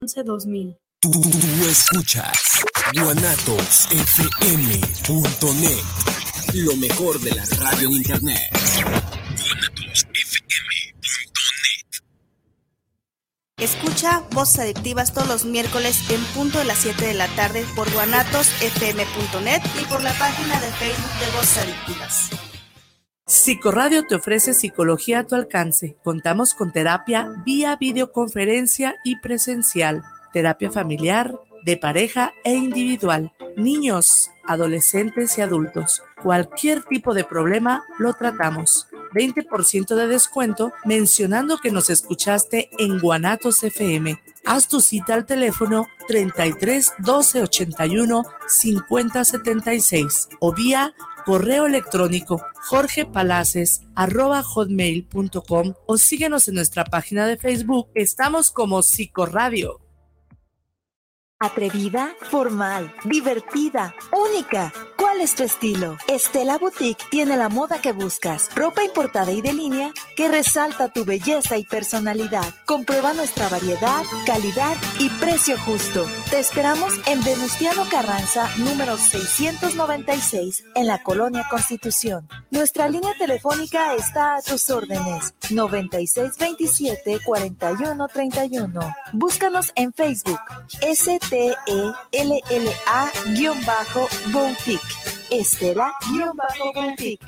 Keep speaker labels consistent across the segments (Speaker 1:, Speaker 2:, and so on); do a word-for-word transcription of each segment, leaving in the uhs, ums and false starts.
Speaker 1: once dos mil.
Speaker 2: Tú, tú, tú escuchas guanatos f m punto net, lo mejor de la radio en internet. guanatos f m punto net.
Speaker 3: Escucha Voces Adictivas todos los miércoles en punto de las siete de la tarde por guanatos f m punto net y por la página de Facebook de Voces Adictivas.
Speaker 4: Psicoradio te ofrece psicología a tu alcance. Contamos con terapia vía videoconferencia y presencial, terapia familiar, de pareja e individual, niños, adolescentes y adultos. Cualquier tipo de problema lo tratamos. veinte por ciento de descuento mencionando que nos escuchaste en Guanatos F M. Haz tu cita al teléfono treinta y tres, doce, ochenta y uno, cincuenta, setenta y seis o vía correo electrónico jorgepalaces arroba hotmail punto com o síguenos en nuestra página de Facebook. Estamos como Psicoradio.
Speaker 5: Atrevida, formal, divertida, única. ¿Cuál es tu estilo? Estela Boutique tiene la moda que buscas. Ropa importada y de línea que resalta tu belleza y personalidad. Comprueba nuestra variedad, calidad y precio justo. Te esperamos en Venustiano Carranza, número seiscientos noventa y seis, en la Colonia Constitución. Nuestra línea telefónica está a tus órdenes. noventa y seis veintisiete, cuarenta y uno treinta y uno. Búscanos en Facebook. S T E L L A Boutique. Estela Boutique.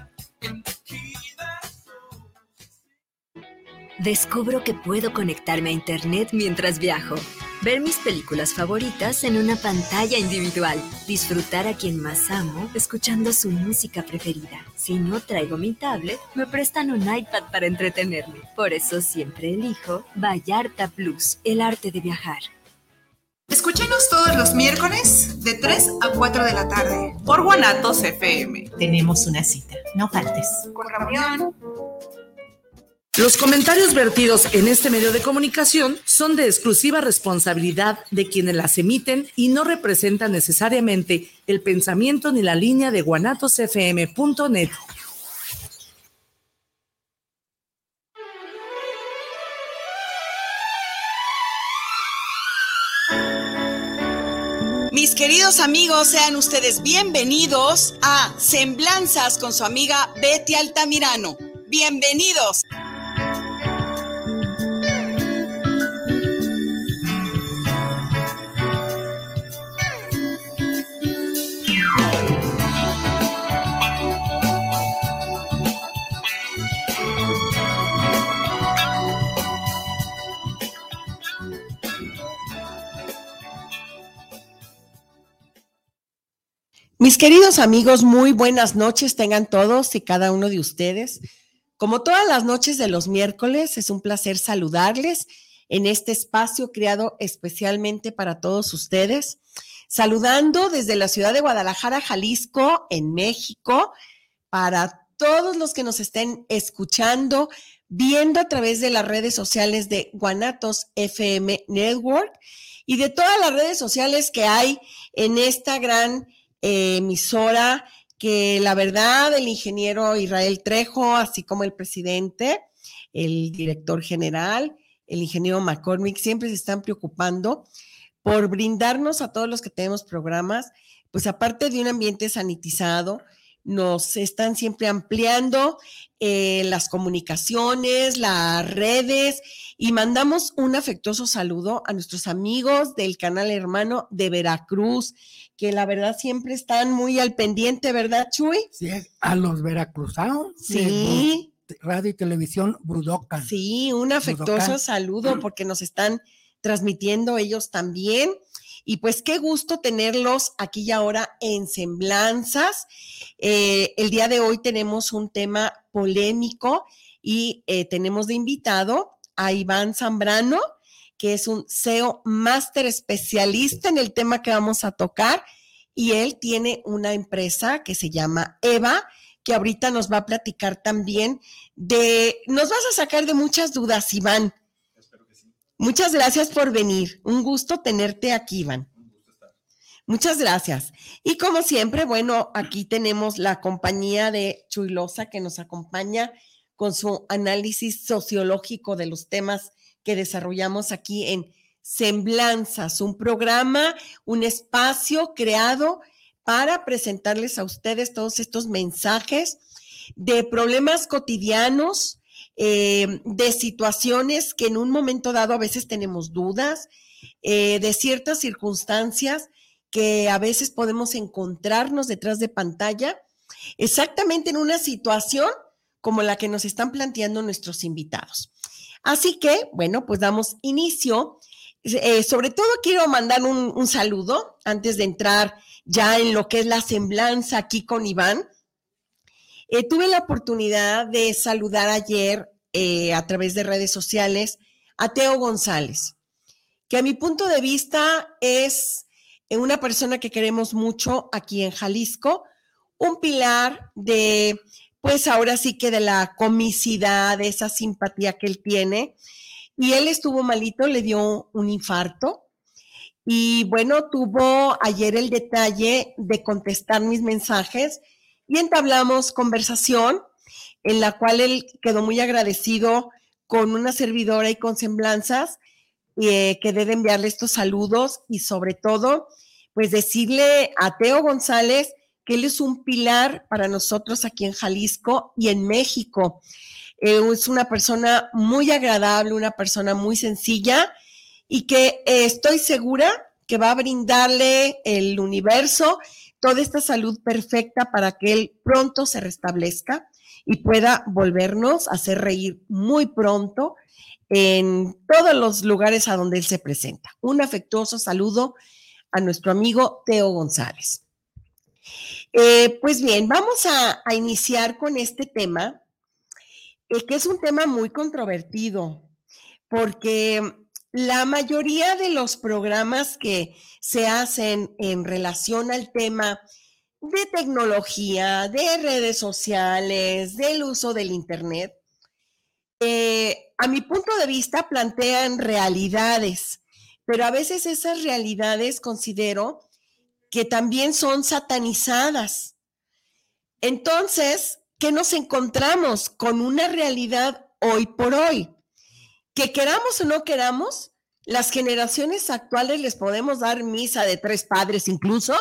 Speaker 6: Descubro que puedo conectarme a internet mientras viajo, ver mis películas favoritas en una pantalla individual, disfrutar a quien más amo escuchando su música preferida. Si no traigo mi tablet, me prestan un iPad para entretenerme. Por eso siempre elijo Vallarta Plus, el arte de viajar.
Speaker 7: Escúchenos todos los miércoles de tres a cuatro de la tarde por Guanatos F M.
Speaker 8: Tenemos una cita, no faltes.
Speaker 7: Con Ramión.
Speaker 4: Los comentarios vertidos en este medio de comunicación son de exclusiva responsabilidad de quienes las emiten y no representan necesariamente el pensamiento ni la línea de guanatos f m punto net.
Speaker 3: Mis queridos amigos, sean ustedes bienvenidos a Semblanzas con su amiga Betty Altamirano. ¡Bienvenidos!
Speaker 8: Mis queridos amigos, muy buenas noches tengan todos y cada uno de ustedes. Como todas las noches de los miércoles, es un placer saludarles en este espacio creado especialmente para todos ustedes. Saludando desde la ciudad de Guadalajara, Jalisco, en México, para todos los que nos estén escuchando, viendo a través de las redes sociales de Guanatos F M Network y de todas las redes sociales que hay en esta gran Eh, emisora que la verdad el ingeniero Israel Trejo, así como el presidente, el director general, el ingeniero McCormick, siempre se están preocupando por brindarnos a todos los que tenemos programas, pues aparte de un ambiente sanitizado, nos están siempre ampliando eh, las comunicaciones, las redes, y mandamos un afectuoso saludo a nuestros amigos del canal hermano de Veracruz, que la verdad siempre están muy al pendiente, ¿verdad, Chuy?
Speaker 9: Sí, a los veracruzanos.
Speaker 8: Sí.
Speaker 9: De Radio y Televisión Brudocan.
Speaker 8: Sí, un afectuoso Brudocan. Saludo porque nos están transmitiendo ellos también. Y pues qué gusto tenerlos aquí y ahora en Semblanzas. Eh, el día de hoy tenemos un tema polémico y eh, tenemos de invitado a Iván Zambrano, que es un S E O Master especialista en el tema que vamos a tocar, y él tiene una empresa que se llama Eva, que ahorita nos va a platicar también de, nos vas a sacar de muchas dudas, Iván. Espero que sí. Muchas gracias por venir, un gusto tenerte aquí, Iván. Un gusto estar. Muchas gracias. Y como siempre, bueno, aquí tenemos la compañía de Chuy Loza, que nos acompaña con su análisis sociológico de los temas que desarrollamos aquí en Semblanzas, un programa, un espacio creado para presentarles a ustedes todos estos mensajes de problemas cotidianos, eh, de situaciones que en un momento dado a veces tenemos dudas, eh, de ciertas circunstancias que a veces podemos encontrarnos detrás de pantalla, exactamente en una situación como la que nos están planteando nuestros invitados. Así que, bueno, pues damos inicio. Eh, sobre todo quiero mandar un, un saludo antes de entrar ya en lo que es la semblanza aquí con Iván. Eh, tuve la oportunidad de saludar ayer eh, a través de redes sociales a Teo González, que a mi punto de vista es una persona que queremos mucho aquí en Jalisco, un pilar de, pues ahora sí que de la comicidad, de esa simpatía que él tiene. Y él estuvo malito, le dio un infarto y bueno, tuvo ayer el detalle de contestar mis mensajes y entablamos conversación en la cual él quedó muy agradecido con una servidora y con Semblanzas, eh, que debe enviarle estos saludos y sobre todo, pues decirle a Teo González que él es un pilar para nosotros aquí en Jalisco y en México. Eh, es una persona muy agradable, una persona muy sencilla y que eh, estoy segura que va a brindarle el universo toda esta salud perfecta para que él pronto se restablezca y pueda volvernos a hacer reír muy pronto en todos los lugares a donde él se presenta. Un afectuoso saludo a nuestro amigo Teo González. Eh, pues bien, vamos a, a iniciar con este tema, eh, que es un tema muy controvertido, porque la mayoría de los programas que se hacen en relación al tema de tecnología, de redes sociales, del uso del Internet, eh, a mi punto de vista plantean realidades, pero a veces esas realidades considero que también son satanizadas. Entonces, ¿qué nos encontramos? Con una realidad hoy por hoy. Que queramos o no queramos, las generaciones actuales les podemos dar misa de tres padres incluso,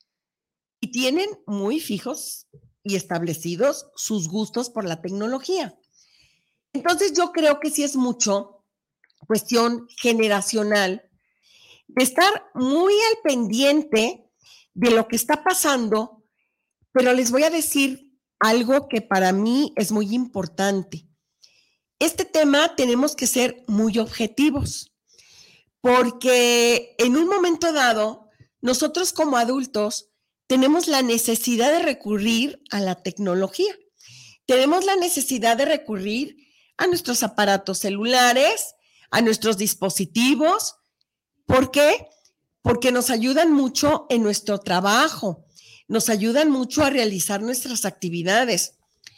Speaker 8: y tienen muy fijos y establecidos sus gustos por la tecnología. Entonces yo creo que sí es mucho cuestión generacional de estar muy al pendiente de lo que está pasando, pero les voy a decir algo que para mí es muy importante. Este tema tenemos que ser muy objetivos, porque en un momento dado, nosotros como adultos tenemos la necesidad de recurrir a la tecnología. Tenemos la necesidad de recurrir a nuestros aparatos celulares, a nuestros dispositivos. ¿Por qué? Porque nos ayudan mucho en nuestro trabajo, nos ayudan mucho a realizar nuestras actividades.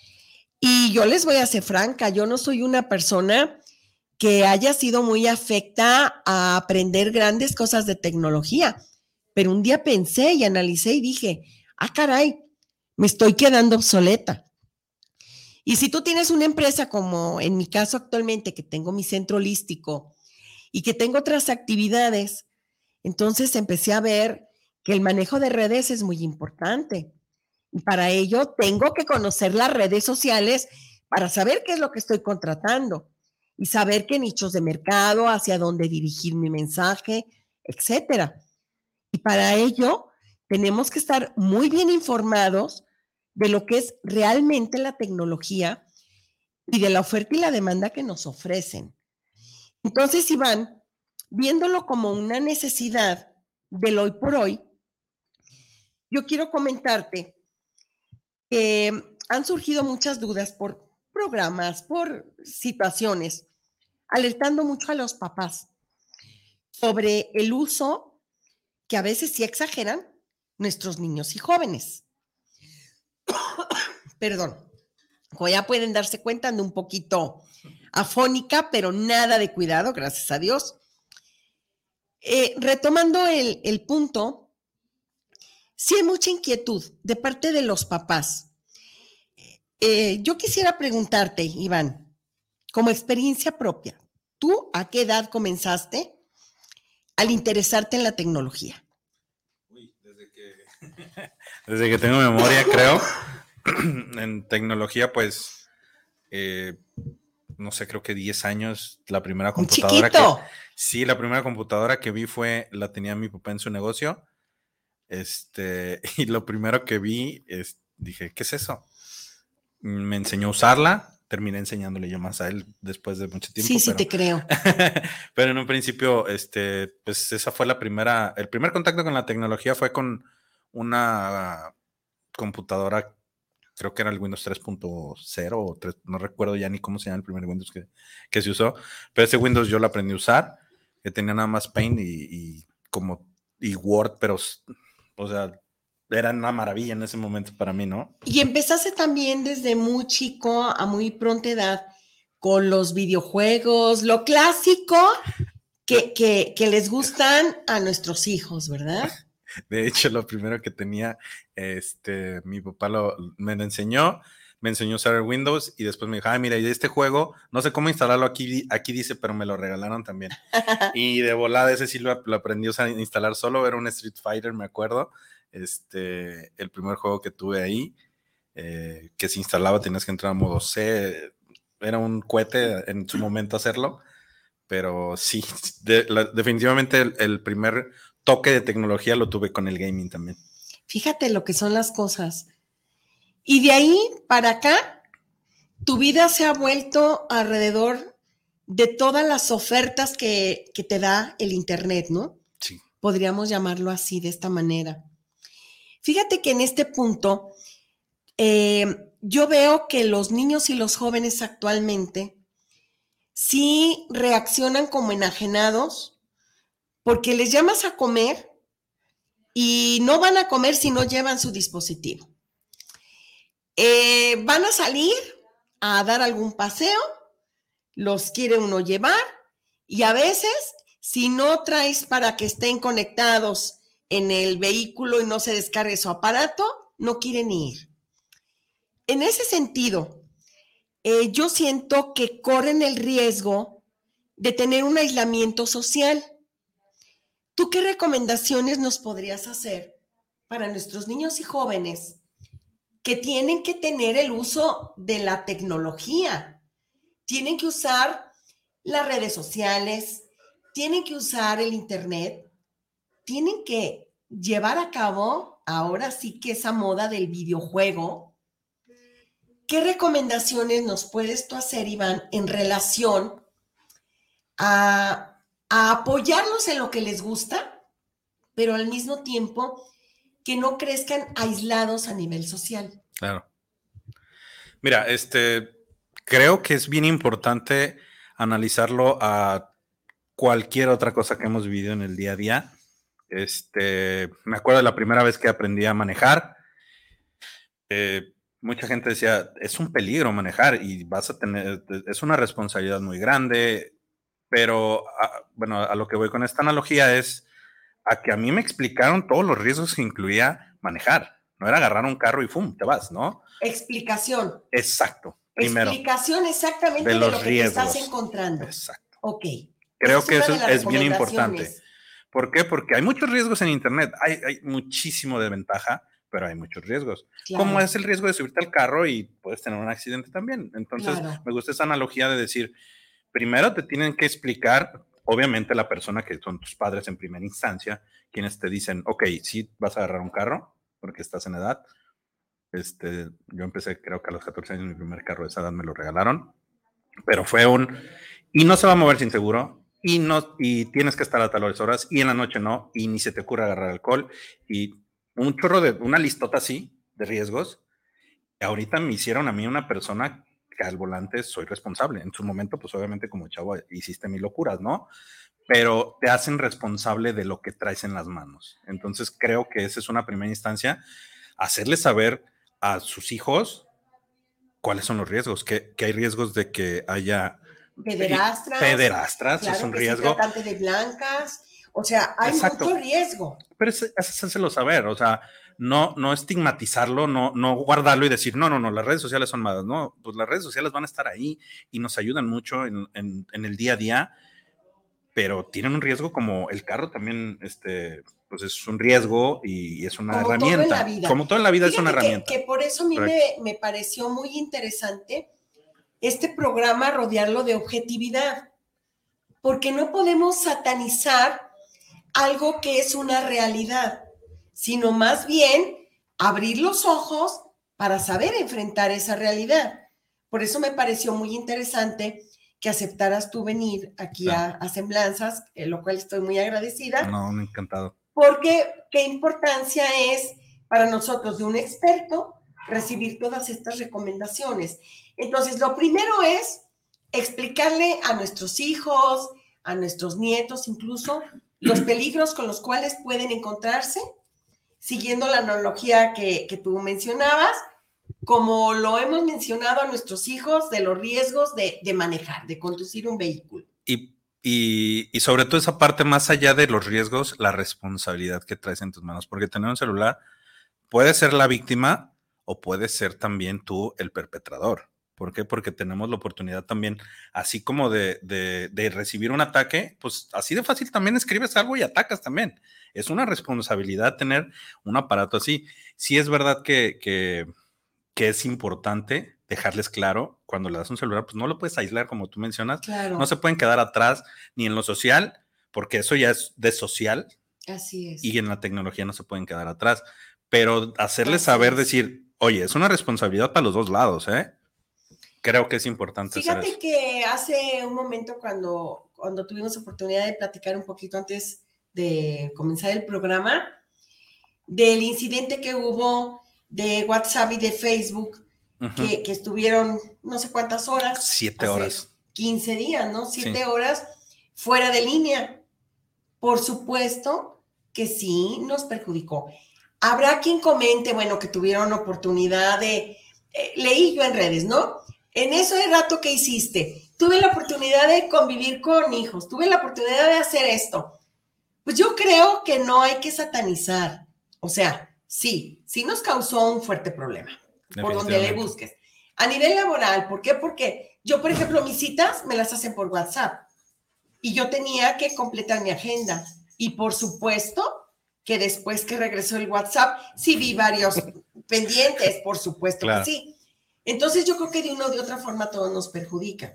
Speaker 8: Y yo les voy a ser franca, yo no soy una persona que haya sido muy afecta a aprender grandes cosas de tecnología, pero un día pensé y analicé y dije, ah, caray, me estoy quedando obsoleta. Y si tú tienes una empresa como en mi caso actualmente, que tengo mi centro holístico y que tengo otras actividades, entonces empecé a ver que el manejo de redes es muy importante. Y para ello tengo que conocer las redes sociales para saber qué es lo que estoy contratando y saber qué nichos de mercado, hacia dónde dirigir mi mensaje, etcétera. Y para ello tenemos que estar muy bien informados de lo que es realmente la tecnología y de la oferta y la demanda que nos ofrecen. Entonces, Iván, viéndolo como una necesidad del hoy por hoy, yo quiero comentarte que han surgido muchas dudas por programas, por situaciones, alertando mucho a los papás sobre el uso que a veces sí exageran nuestros niños y jóvenes. Perdón, como ya pueden darse cuenta, ando un poquito afónica, pero nada de cuidado, gracias a Dios. Eh, retomando el, el punto, sí hay mucha inquietud de parte de los papás. Eh, yo quisiera preguntarte, Iván, como experiencia propia, ¿tú a qué edad comenzaste al interesarte en la tecnología?
Speaker 1: Uy, desde que, desde que tengo memoria, creo, en tecnología, pues, eh, no sé, creo que diez años, la primera computadora que... Sí, la primera computadora que vi fue, la tenía mi papá en su negocio, este, y lo primero que vi, es, dije, ¿qué es eso? Me enseñó a usarla, terminé enseñándole yo más a él después de mucho tiempo.
Speaker 8: Sí, sí,
Speaker 1: pero,
Speaker 8: te creo.
Speaker 1: Pero en un principio, este, pues esa fue la primera, el primer contacto con la tecnología fue con una computadora, creo que era el Windows tres punto cero o tres, no recuerdo ya ni cómo se llama el primer Windows que, que se usó, pero ese Windows yo lo aprendí a usar, que tenía nada más Paint y, y como y Word, pero, o sea, era una maravilla en ese momento para mí, ¿no?
Speaker 8: Y empezaste también desde muy chico, a muy pronta edad, con los videojuegos, lo clásico que, que, que les gustan a nuestros hijos, ¿verdad?
Speaker 1: De hecho, lo primero que tenía, este, mi papá lo, me lo enseñó, me enseñó a usar el Windows y después me dijo, ah, mira, y este juego, no sé cómo instalarlo aquí, aquí dice, pero me lo regalaron también. Y de volada ese sí lo, lo aprendí a usar, instalar solo, era un Street Fighter, me acuerdo, este, el primer juego que tuve ahí, eh, que se instalaba, tenías que entrar a modo C, era un cohete en su momento hacerlo, pero sí, de, la, definitivamente el, el primer toque de tecnología lo tuve con el gaming también.
Speaker 8: Fíjate lo que son las cosas. Y de ahí para acá, tu vida se ha vuelto alrededor de todas las ofertas que, que te da el Internet, ¿no?
Speaker 1: Sí.
Speaker 8: Podríamos llamarlo así, de esta manera. Fíjate que en este punto, eh, yo veo que los niños y los jóvenes actualmente sí reaccionan como enajenados porque les llamas a comer y no van a comer si no llevan su dispositivo. Eh, van a salir a dar algún paseo, los quiere uno llevar y a veces si no traes para que estén conectados en el vehículo y no se descargue su aparato, no quieren ir. En ese sentido, eh, yo siento que corren el riesgo de tener un aislamiento social. ¿Tú qué recomendaciones nos podrías hacer para nuestros niños y jóvenes que tienen que tener el uso de la tecnología? Tienen que usar las redes sociales, tienen que usar el Internet, tienen que llevar a cabo ahora sí que esa moda del videojuego. ¿Qué recomendaciones nos puedes tú hacer, Iván, en relación a, a apoyarlos en lo que les gusta, pero al mismo tiempo que no crezcan aislados a nivel social?
Speaker 1: Claro. Mira, este, creo que es bien importante analizarlo a cualquier otra cosa que hemos vivido en el día a día. Este, me acuerdo de la primera vez que aprendí a manejar. Eh, mucha gente decía, es un peligro manejar y vas a tener, es una responsabilidad muy grande, pero a, bueno, a lo que voy con esta analogía es a que a mí me explicaron todos los riesgos que incluía manejar. No era agarrar un carro y ¡fum! Te vas, ¿no?
Speaker 8: Explicación.
Speaker 1: Exacto. Primero,
Speaker 8: Explicación exactamente de,
Speaker 1: de los
Speaker 8: lo que
Speaker 1: riesgos.
Speaker 8: te estás encontrando.
Speaker 1: Exacto.
Speaker 8: Ok.
Speaker 1: Creo
Speaker 8: es
Speaker 1: que eso
Speaker 8: es,
Speaker 1: es bien importante. ¿Por qué? Porque hay muchos riesgos en Internet. Hay, hay muchísimo de ventaja, pero hay muchos riesgos. Claro. Como es el riesgo de subirte al carro y puedes tener un accidente también. Entonces, claro, me gusta esa analogía de decir, primero te tienen que explicar, obviamente la persona que son tus padres en primera instancia, quienes te dicen, ok, sí vas a agarrar un carro porque estás en edad. Este, yo empecé creo que a los catorce años mi primer carro de esa edad me lo regalaron, pero fue un, y no se va a mover sin seguro, y, no, y tienes que estar a tales horas, y en la noche no, y ni se te ocurre agarrar alcohol, y un chorro de, una listota así de riesgos, que ahorita me hicieron a mí una persona que al volante soy responsable. En su momento, pues obviamente como chavo hiciste mil locuras, ¿no? Pero te hacen responsable de lo que traes en las manos. Entonces creo que esa es una primera instancia, hacerles saber a sus hijos cuáles son los riesgos, que, que hay riesgos de que haya
Speaker 8: pederastras,
Speaker 1: pederastras
Speaker 8: claro,
Speaker 1: es un
Speaker 8: que
Speaker 1: riesgo.
Speaker 8: Sí, tratante de blancas, o sea, hay Exacto. mucho riesgo.
Speaker 1: Pero es, es hacérselo saber, o sea, no, no estigmatizarlo, no, no guardarlo y decir, no, no, no, las redes sociales son malas, no, pues las redes sociales van a estar ahí y nos ayudan mucho en, en, en el día a día, pero tienen un riesgo como el carro también, este, pues es un riesgo y es una
Speaker 8: como
Speaker 1: herramienta.
Speaker 8: Todo en la vida.
Speaker 1: Como todo en la vida
Speaker 8: Fíjate
Speaker 1: es una
Speaker 8: que,
Speaker 1: herramienta.
Speaker 8: Que por eso a mí me, me pareció muy interesante este programa, rodearlo de objetividad, porque no podemos satanizar algo que es una realidad, sino más bien abrir los ojos para saber enfrentar esa realidad. Por eso me pareció muy interesante que aceptaras tú venir aquí claro. a, a Semblanzas, en lo cual estoy muy agradecida.
Speaker 1: No, me ha encantado.
Speaker 8: Porque qué importancia es para nosotros de un experto recibir todas estas recomendaciones. Entonces, lo primero es explicarle a nuestros hijos, a nuestros nietos incluso, los peligros con los cuales pueden encontrarse, siguiendo la analogía que, que tú mencionabas, como lo hemos mencionado a nuestros hijos, de los riesgos de, de manejar, de conducir un vehículo.
Speaker 1: Y, y, y sobre todo esa parte, más allá de los riesgos, la responsabilidad que traes en tus manos, porque tener un celular puede ser la víctima o puede ser también tú el perpetrador. ¿Por qué? Porque tenemos la oportunidad también, así como de, de, de recibir un ataque, pues así de fácil también escribes algo y atacas también. Es una responsabilidad tener un aparato así. Sí es verdad que, que, que es importante dejarles claro, cuando le das un celular, pues no lo puedes aislar como tú mencionas.
Speaker 8: Claro.
Speaker 1: No se pueden quedar atrás ni en lo social, porque eso ya es de social.
Speaker 8: Así es.
Speaker 1: Y en la tecnología no se pueden quedar atrás. Pero hacerles Así saber, es. decir, oye, es una responsabilidad para los dos lados, ¿eh? Creo que es importante
Speaker 8: Fíjate
Speaker 1: hacer eso.
Speaker 8: que hace un momento cuando, cuando tuvimos oportunidad de platicar un poquito antes de comenzar el programa, del incidente que hubo de WhatsApp y de Facebook, uh-huh. que, que estuvieron no sé cuántas horas.
Speaker 1: Siete horas.
Speaker 8: quince días, ¿no? Siete
Speaker 1: sí.
Speaker 8: horas fuera de línea. Por supuesto que sí nos perjudicó. Habrá quien comente, bueno, que tuvieron oportunidad de... Eh, leí yo en redes, ¿no? En ese rato que hiciste, tuve la oportunidad de convivir con hijos, tuve la oportunidad de hacer esto. Pues yo creo que no hay que satanizar. O sea, sí, sí nos causó un fuerte problema, por donde le busques. A nivel laboral, ¿por qué? Porque yo, por ejemplo, mis citas me las hacen por WhatsApp y yo tenía que completar mi agenda. Y por supuesto que después que regresó el WhatsApp, sí vi varios pendientes, por supuesto claro. que sí. Entonces yo creo que de una o de otra forma todo nos perjudica.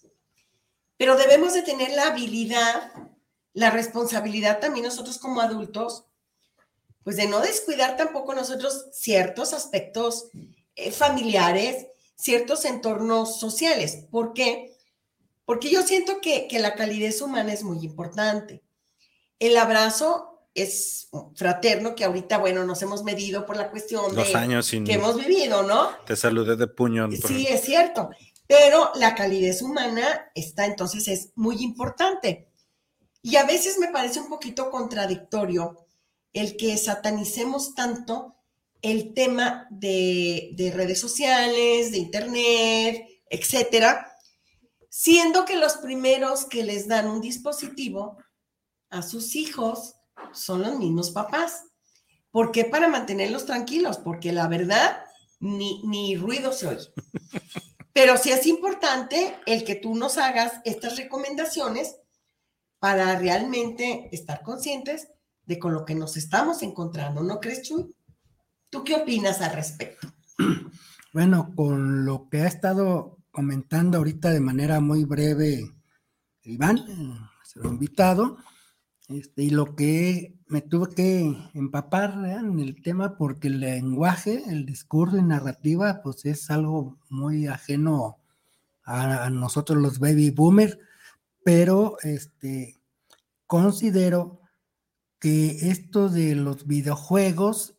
Speaker 8: Pero debemos de tener la habilidad, la responsabilidad también nosotros como adultos, pues de no descuidar tampoco nosotros ciertos aspectos eh, familiares, ciertos entornos sociales. ¿Por qué? Porque yo siento que, que la calidez humana es muy importante. El abrazo es fraterno, que ahorita, bueno, nos hemos medido por la cuestión
Speaker 1: Dos
Speaker 8: de
Speaker 1: años sin
Speaker 8: que hemos vivido, ¿no?
Speaker 1: Te saludé de puño.
Speaker 8: Sí, es cierto, pero la calidez humana está, entonces es muy importante. Y a veces me parece un poquito contradictorio el que satanicemos tanto el tema de, de redes sociales, de internet, etcétera, siendo que los primeros que les dan un dispositivo a sus hijos son los mismos papás. ¿Por qué? Para mantenerlos tranquilos, porque la verdad, ni, ni ruido se oye. Pero sí es importante el que tú nos hagas estas recomendaciones para realmente estar conscientes de con lo que nos estamos encontrando, ¿no crees, Chuy? ¿Tú qué opinas al respecto?
Speaker 9: Bueno, con lo que ha estado comentando ahorita de manera muy breve Iván, nuestro invitado, Este, y lo que me tuve que empapar ¿eh? en el tema, porque el lenguaje, el discurso y narrativa, pues es algo muy ajeno a, a nosotros los baby boomers, pero este, considero que esto de los videojuegos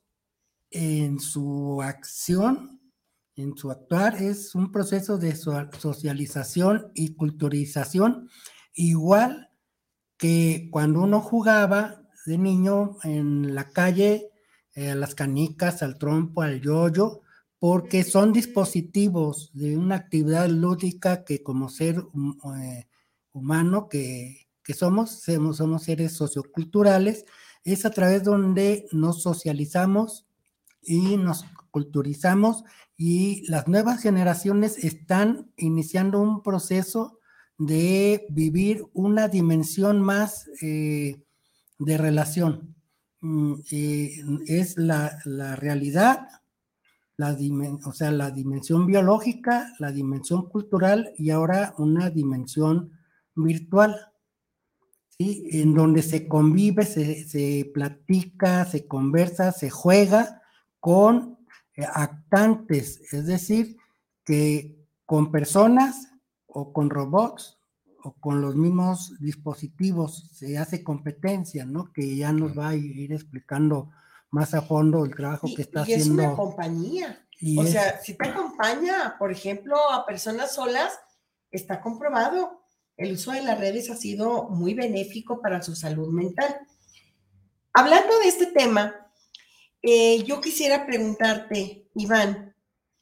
Speaker 9: en su acción, en su actuar, es un proceso de socialización y culturización, igual que cuando uno jugaba de niño en la calle, eh, a las canicas, al trompo, al yoyo, porque son dispositivos de una actividad lúdica que como ser um, eh, humano que, que somos, somos, somos seres socioculturales, es a través donde nos socializamos y nos culturizamos, y las nuevas generaciones están iniciando un proceso de vivir una dimensión más eh, de relación. Mm, eh, es la, la realidad, la dimen- o sea, la dimensión biológica, la dimensión cultural y ahora una dimensión virtual, ¿sí? En donde se convive, se, se platica, se conversa, se juega con eh, actantes, es decir, que con personas o con robots o con los mismos dispositivos se hace competencia, ¿no? Que ya nos va a ir explicando más a fondo el trabajo
Speaker 8: y,
Speaker 9: que está
Speaker 8: y
Speaker 9: haciendo.
Speaker 8: es una compañía.
Speaker 9: Y
Speaker 8: o
Speaker 9: es,
Speaker 8: sea, si te acompaña, por ejemplo, a personas solas, está comprobado. El uso de las redes ha sido muy benéfico para su salud mental. Hablando de este tema, eh, yo quisiera preguntarte, Iván,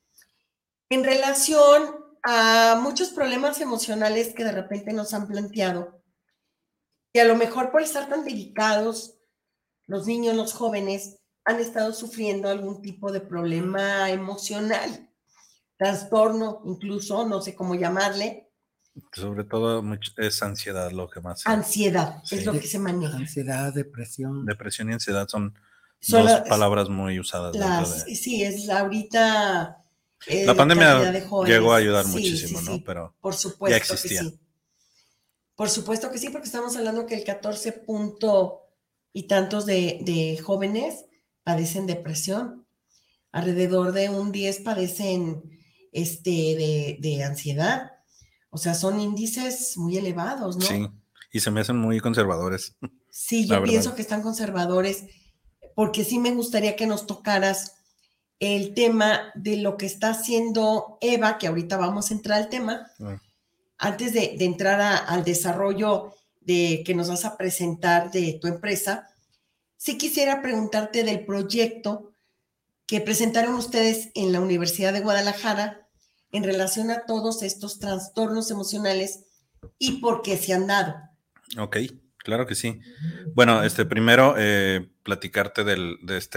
Speaker 8: en relación a muchos problemas emocionales que de repente nos han planteado, y a lo mejor por estar tan delicados, los niños, los jóvenes, han estado sufriendo algún tipo de problema emocional, trastorno, incluso, no sé cómo llamarle.
Speaker 1: Sobre todo es ansiedad lo que más.
Speaker 8: Ansiedad, sí. Es lo que se maneja.
Speaker 9: Ansiedad, depresión.
Speaker 1: Depresión y ansiedad son,
Speaker 8: son
Speaker 1: dos
Speaker 8: las,
Speaker 1: palabras muy usadas.
Speaker 8: Las,
Speaker 1: de...
Speaker 8: Sí, es ahorita...
Speaker 1: Eh, la pandemia de llegó a ayudar sí, muchísimo, sí, sí. ¿no? Pero
Speaker 8: por supuesto
Speaker 1: ya existía.
Speaker 8: Que sí. Por supuesto que sí, porque estamos hablando que el catorce punto y tantos de, de jóvenes padecen depresión. Alrededor de un diez padecen este, de, de ansiedad. O sea, son índices muy elevados, ¿no?
Speaker 1: Sí, y se me hacen muy conservadores.
Speaker 8: Sí, yo pienso que están conservadores, porque sí me gustaría que nos tocaras el tema de lo que está haciendo Eva, que ahorita vamos a entrar al tema, ah. antes de, de entrar a, al desarrollo de que nos vas a presentar de tu empresa. Sí quisiera preguntarte del proyecto que presentaron ustedes en la Universidad de Guadalajara en relación a todos estos trastornos emocionales y por qué se han dado.
Speaker 1: Ok, claro que sí. Bueno, este, primero eh, platicarte del, de, este,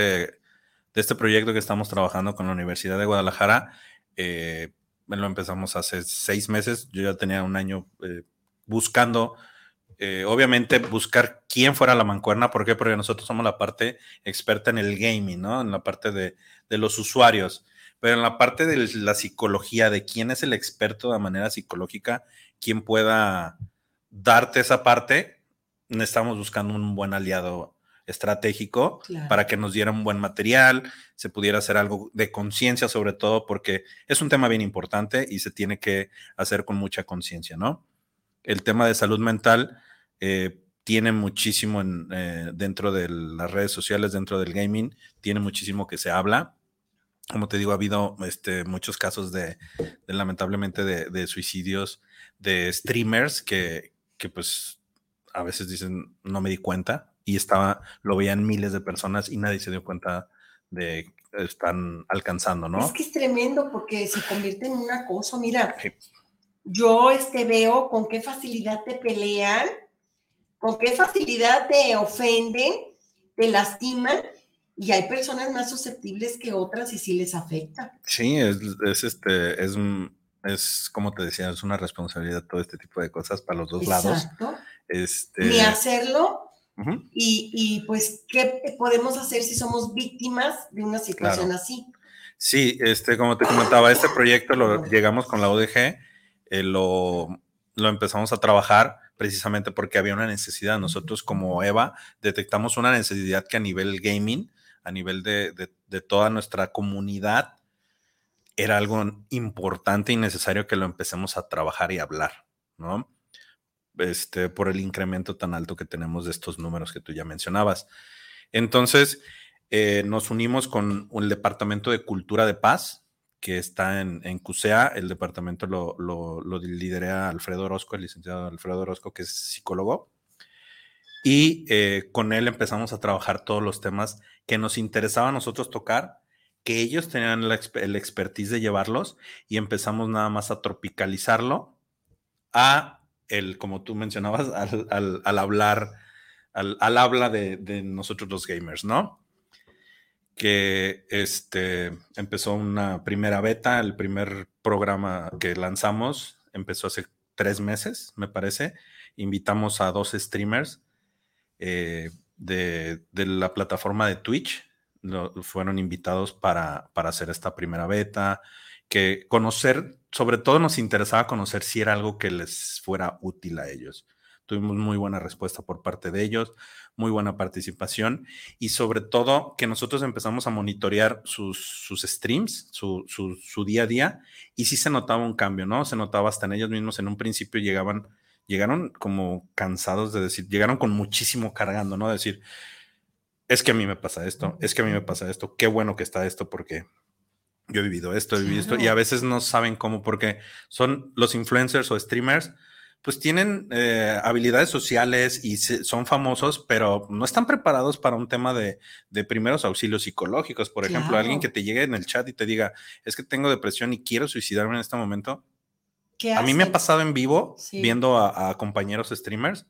Speaker 1: de este proyecto que estamos trabajando con la Universidad de Guadalajara. Eh, lo empezamos hace seis meses. Yo ya tenía un año eh, buscando, eh, obviamente, buscar quién fuera la mancuerna. ¿Por qué? Porque nosotros somos la parte experta en el gaming, ¿no? En la parte de, de los usuarios. Pero en la parte de la psicología, de quién es el experto de manera psicológica, quién pueda darte esa parte, estamos buscando un buen aliado estratégico, claro, para que nos diera un buen material, se pudiera hacer algo de conciencia sobre todo, porque es un tema bien importante y se tiene que hacer con mucha conciencia, ¿no? El tema de salud mental eh, tiene muchísimo en, eh, dentro de las redes sociales, dentro del gaming, tiene muchísimo que se habla. Como te digo, ha habido este, muchos casos de, de lamentablemente, de, de suicidios de streamers que, que pues a veces dicen, no me di cuenta, y estaba, lo veían miles de personas y nadie se dio cuenta de que están alcanzando, ¿no?
Speaker 8: Es que es tremendo porque se convierte en un acoso. Mira, sí. Yo este, veo con qué facilidad te pelean, con qué facilidad te ofenden, te lastiman, y hay personas más susceptibles que otras y sí les afecta.
Speaker 1: Sí, es, es este, es, es como te decía, es una responsabilidad todo este tipo de cosas para los dos
Speaker 8: Exacto.
Speaker 1: lados.
Speaker 8: Exacto.
Speaker 1: Este...
Speaker 8: Ni hacerlo,
Speaker 1: uh-huh.
Speaker 8: y, y pues, ¿qué podemos hacer si somos víctimas de una situación claro. así?
Speaker 1: Sí, este, como te comentaba, este proyecto lo llegamos con la U D G, eh, lo, lo empezamos a trabajar precisamente porque había una necesidad. Nosotros como Eva detectamos una necesidad que a nivel gaming, a nivel de, de, de toda nuestra comunidad, era algo importante y necesario que lo empecemos a trabajar y hablar, ¿no? Este, por el incremento tan alto que tenemos de estos números que tú ya mencionabas. Entonces, eh, nos unimos con el Departamento de Cultura de Paz, que está en, en CUSEA. El departamento lo, lo, lo lidera Alfredo Orozco, el licenciado Alfredo Orozco, que es psicólogo. Y eh, con él empezamos a trabajar todos los temas que nos interesaba a nosotros tocar, que ellos tenían la, el expertise de llevarlos, y empezamos nada más a tropicalizarlo a el, como tú mencionabas, al, al, al hablar, al, al habla de, de nosotros los gamers, ¿no? Que este, empezó una primera beta, el primer programa que lanzamos empezó hace tres meses, me parece, invitamos a dos streamers eh, de, de la plataforma de Twitch. Lo, fueron invitados para, para hacer esta primera beta, que conocer, sobre todo nos interesaba conocer si era algo que les fuera útil a ellos. Tuvimos muy buena respuesta por parte de ellos, muy buena participación y sobre todo que nosotros empezamos a monitorear sus, sus streams, su, su, su día a día y sí se notaba un cambio, ¿no? Se notaba hasta en ellos mismos. En un principio llegaban, llegaron como cansados de decir, llegaron con muchísimo cargando, ¿no? De decir, es que a mí me pasa esto, es que a mí me pasa esto, qué bueno que está esto porque yo he vivido esto, he vivido claro. esto y a veces no saben cómo porque son los influencers o streamers pues tienen eh, habilidades sociales y se, son famosos, pero no están preparados para un tema de, de primeros auxilios psicológicos. Por claro. ejemplo, alguien que te llegue en el chat y te diga, es que tengo depresión y quiero suicidarme en este momento. ¿Qué a hacen? Mí me ha pasado en vivo, sí. viendo a, a compañeros streamers,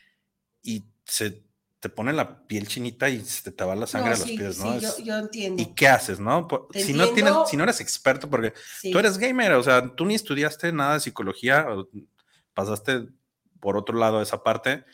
Speaker 1: y se te pone la piel chinita y se te va la sangre no, a los sí, pies, ¿no?
Speaker 8: Sí, es, yo, yo entiendo.
Speaker 1: ¿Y qué haces, no? Por, si no tienes, si no eres experto, porque sí. tú eres gamer, o sea, tú ni estudiaste nada de psicología, o, pasaste por otro lado esa parte,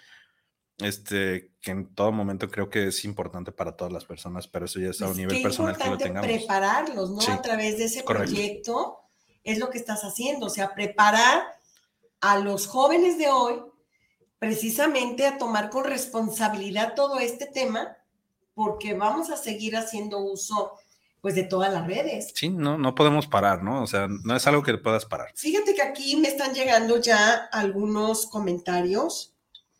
Speaker 1: este, que en todo momento creo que es importante para todas las personas, pero eso ya es pues a un nivel personal que lo tengamos.
Speaker 8: Prepararlos, ¿no? Sí, a través de ese correcto. Proyecto es lo que estás haciendo, o sea, preparar a los jóvenes de hoy precisamente a tomar con responsabilidad todo este tema, porque vamos a seguir haciendo uso pues de todas las redes.
Speaker 1: Sí, no, no podemos parar, ¿no? O sea, no es algo que puedas parar.
Speaker 8: Fíjate que aquí me están llegando ya algunos comentarios.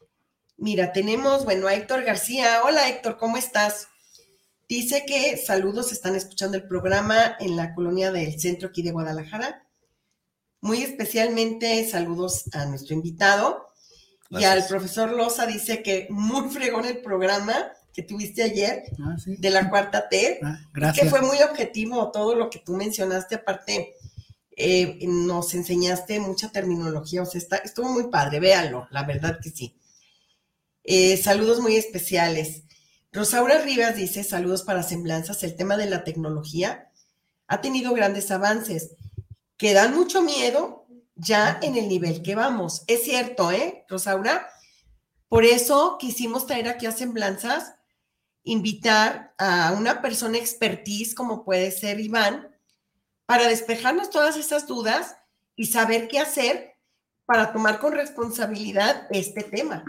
Speaker 8: Mira, tenemos, bueno, a Héctor García. Hola, Héctor, ¿cómo estás? Dice que saludos, están escuchando el programa en la colonia del centro aquí de Guadalajara. Muy especialmente saludos a nuestro invitado. Gracias. Y al profesor Loza dice que muy fregón el programa que tuviste ayer, ah, ¿sí? de la cuarta T, ah, gracias. Que fue muy objetivo todo lo que tú mencionaste, aparte eh, nos enseñaste mucha terminología, o sea, está, estuvo muy padre, véanlo, la verdad que sí. Eh, saludos muy especiales. Rosaura Rivas dice, saludos para Semblanzas, el tema de la tecnología ha tenido grandes avances, que dan mucho miedo ya en el nivel que vamos. Es cierto, ¿eh, Rosaura? Por eso quisimos traer aquí a Semblanzas, invitar a una persona expertise como puede ser Iván, para despejarnos todas esas dudas y saber qué hacer para tomar con responsabilidad este tema.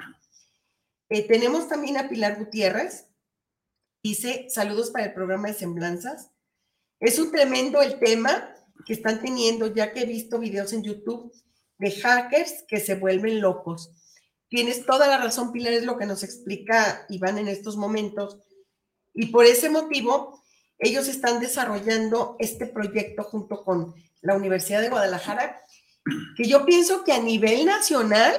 Speaker 8: Eh, tenemos también a Pilar Gutiérrez, dice, saludos para el programa de Semblanzas. Es un tremendo el tema que están teniendo, ya que he visto videos en YouTube de hackers que se vuelven locos. Tienes toda la razón, Pilar, es lo que nos explica Iván en estos momentos. Y por ese motivo, ellos están desarrollando este proyecto junto con la Universidad de Guadalajara, que yo pienso que a nivel nacional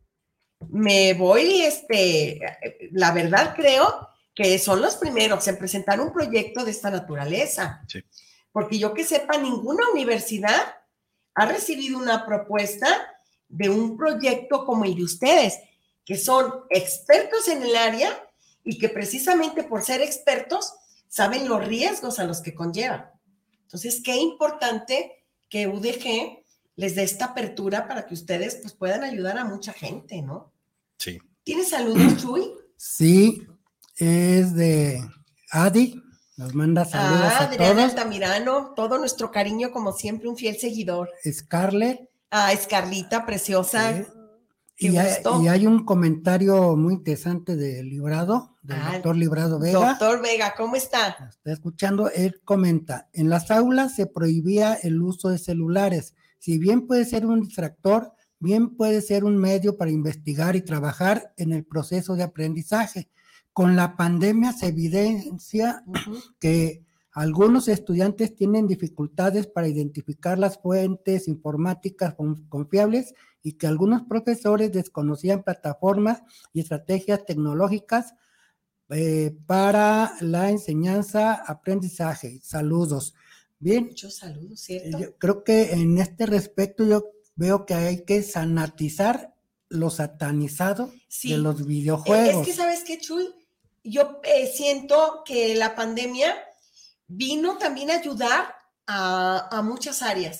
Speaker 8: me voy, este, la verdad creo que son los primeros en presentar un proyecto de esta naturaleza. Sí. Porque yo que sepa, ninguna universidad ha recibido una propuesta de un proyecto como el de ustedes, que son expertos en el área y que precisamente por ser expertos saben los riesgos a los que conllevan. Entonces, qué importante que U D G les dé esta apertura para que ustedes pues, puedan ayudar a mucha gente, ¿no?
Speaker 1: Sí.
Speaker 8: ¿Tienes saludos, Chuy?
Speaker 9: Sí, es de Adi. Nos manda saludos ah, a
Speaker 8: Adriana
Speaker 9: todos.
Speaker 8: Altamirano, todo nuestro cariño, como siempre, un fiel seguidor.
Speaker 9: Scarlett.
Speaker 8: Ah, Scarlita, preciosa.
Speaker 9: Sí. Y hay, y hay un comentario muy interesante de Librado, del ah, doctor Librado Vega.
Speaker 8: Doctor Vega, ¿cómo está?
Speaker 9: Está escuchando, él comenta, en las aulas se prohibía el uso de celulares. Si bien puede ser un distractor, bien puede ser un medio para investigar y trabajar en el proceso de aprendizaje. Con la pandemia se evidencia uh-huh. que algunos estudiantes tienen dificultades para identificar las fuentes informáticas confiables y que algunos profesores desconocían plataformas y estrategias tecnológicas eh, para la enseñanza, aprendizaje. Saludos. Bien.
Speaker 8: Muchos saludos, ¿cierto?
Speaker 9: Yo creo que en este respecto yo veo que hay que sanatizar lo satanizado sí. de los videojuegos.
Speaker 8: Es que, ¿sabes qué, Chuy? Yo eh, siento que la pandemia vino también a ayudar a, a muchas áreas.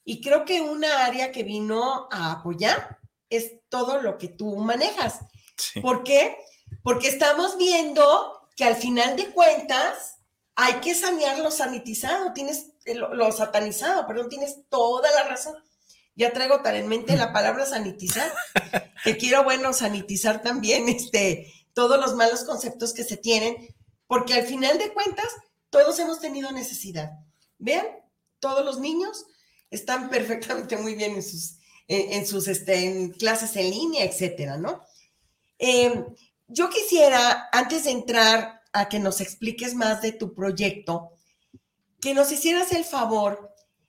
Speaker 8: Y creo que una área que vino a apoyar es todo lo que tú manejas. Sí. ¿Por qué? Porque estamos viendo que al final de cuentas hay que sanear lo sanitizado, tienes lo, lo satanizado, perdón, tienes toda la razón. Ya traigo tan en mente la palabra sanitizar, que quiero, bueno, sanitizar también este, todos los malos conceptos que se tienen, porque al final de cuentas todos hemos tenido necesidad. Vean, todos los niños están perfectamente muy bien en sus, en, en sus este, en clases en línea, etcétera, ¿no? Eh, yo quisiera, antes de entrar a que nos expliques más de tu proyecto, que nos hicieras el favor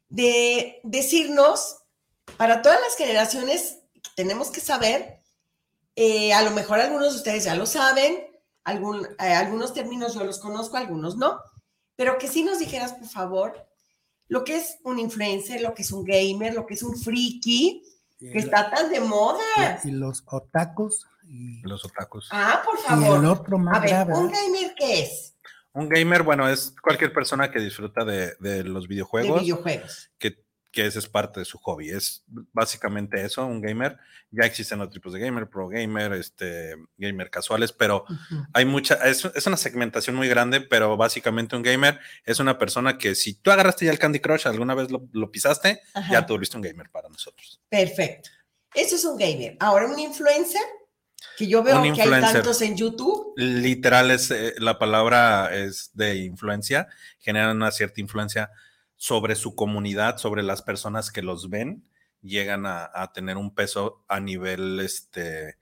Speaker 8: de decirnos, para todas las generaciones, tenemos que saber, eh, a lo mejor algunos de ustedes ya lo saben, algún, eh, algunos términos yo los conozco, algunos no, pero que sí nos dijeras, por favor, lo que es un influencer, lo que es un gamer, lo que es un friki, que el, está tan de moda.
Speaker 9: Y los otakus.
Speaker 1: Y los otakus.
Speaker 8: Ah, por favor.
Speaker 9: Y el otro más
Speaker 8: a ver,
Speaker 9: grave.
Speaker 8: ¿un gamer qué es?
Speaker 1: Un gamer, bueno, es cualquier persona que disfruta de, de los videojuegos.
Speaker 8: De videojuegos.
Speaker 1: Que, que ese es parte de su hobby. Es básicamente eso, un gamer. Ya existen otros tipos de gamer, pro gamer, este, gamer casuales, pero uh-huh. hay mucha, es, es una segmentación muy grande, pero básicamente un gamer es una persona que si tú agarraste ya el Candy Crush, alguna vez lo, lo pisaste, Ajá. ya tú volviste un gamer para nosotros.
Speaker 8: Perfecto. Eso es un gamer. Ahora, un influencer, que yo veo que hay tantos en YouTube.
Speaker 1: Literal, es, eh, la palabra es de influencia, generan una cierta influencia sobre su comunidad, sobre las personas que los ven, llegan a, a tener un peso a nivel este,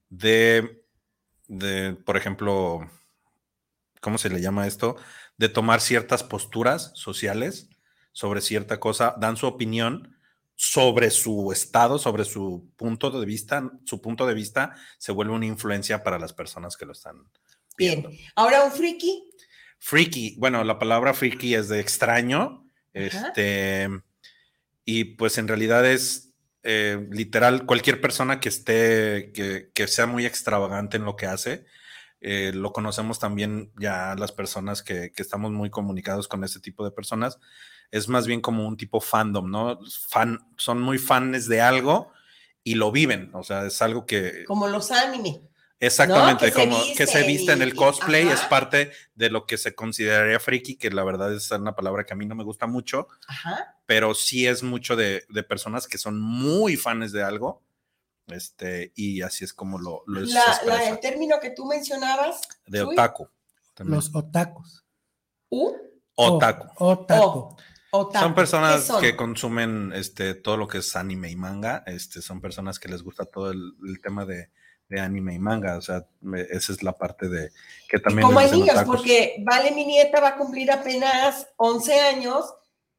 Speaker 1: de, de, por ejemplo, ¿cómo se le llama esto? De tomar ciertas posturas sociales sobre cierta cosa, dan su opinión sobre su estado, sobre su punto de vista, su punto de vista se vuelve una influencia para las personas que lo están viendo.
Speaker 8: Bien, ahora un friki.
Speaker 1: Friki, bueno, la palabra friki es de extraño, Ajá. este, y pues en realidad es eh, literal cualquier persona que esté, que, que sea muy extravagante en lo que hace. Eh, lo conocemos también ya las personas que, que estamos muy comunicados con este tipo de personas. Es más bien como un tipo fandom, ¿no? Fan, son muy fans de algo y lo viven, o sea, es algo que...
Speaker 8: Como los anime.
Speaker 1: Exactamente,
Speaker 8: ¿no? que
Speaker 1: como
Speaker 8: se
Speaker 1: que se viste en el cosplay,
Speaker 8: Ajá.
Speaker 1: es parte de lo que se consideraría friki, que la verdad es una palabra que a mí no me gusta mucho,
Speaker 8: Ajá.
Speaker 1: pero sí es mucho de, de personas que son muy fans de algo, este, y así es como lo, lo
Speaker 8: la, la, el término que tú mencionabas.
Speaker 1: De otaku.
Speaker 9: También. Los otakus.
Speaker 8: ¿U?
Speaker 1: Otaku.
Speaker 9: O, otaku.
Speaker 8: O, otaku.
Speaker 1: Son personas
Speaker 8: son?
Speaker 1: que consumen este, todo lo que es anime y manga, este, son personas que les gusta todo el, el tema de de anime y manga, o sea, me, esa es la parte de que también...
Speaker 8: Y como hay niños, otakus. Porque Vale, mi nieta, va a cumplir apenas once años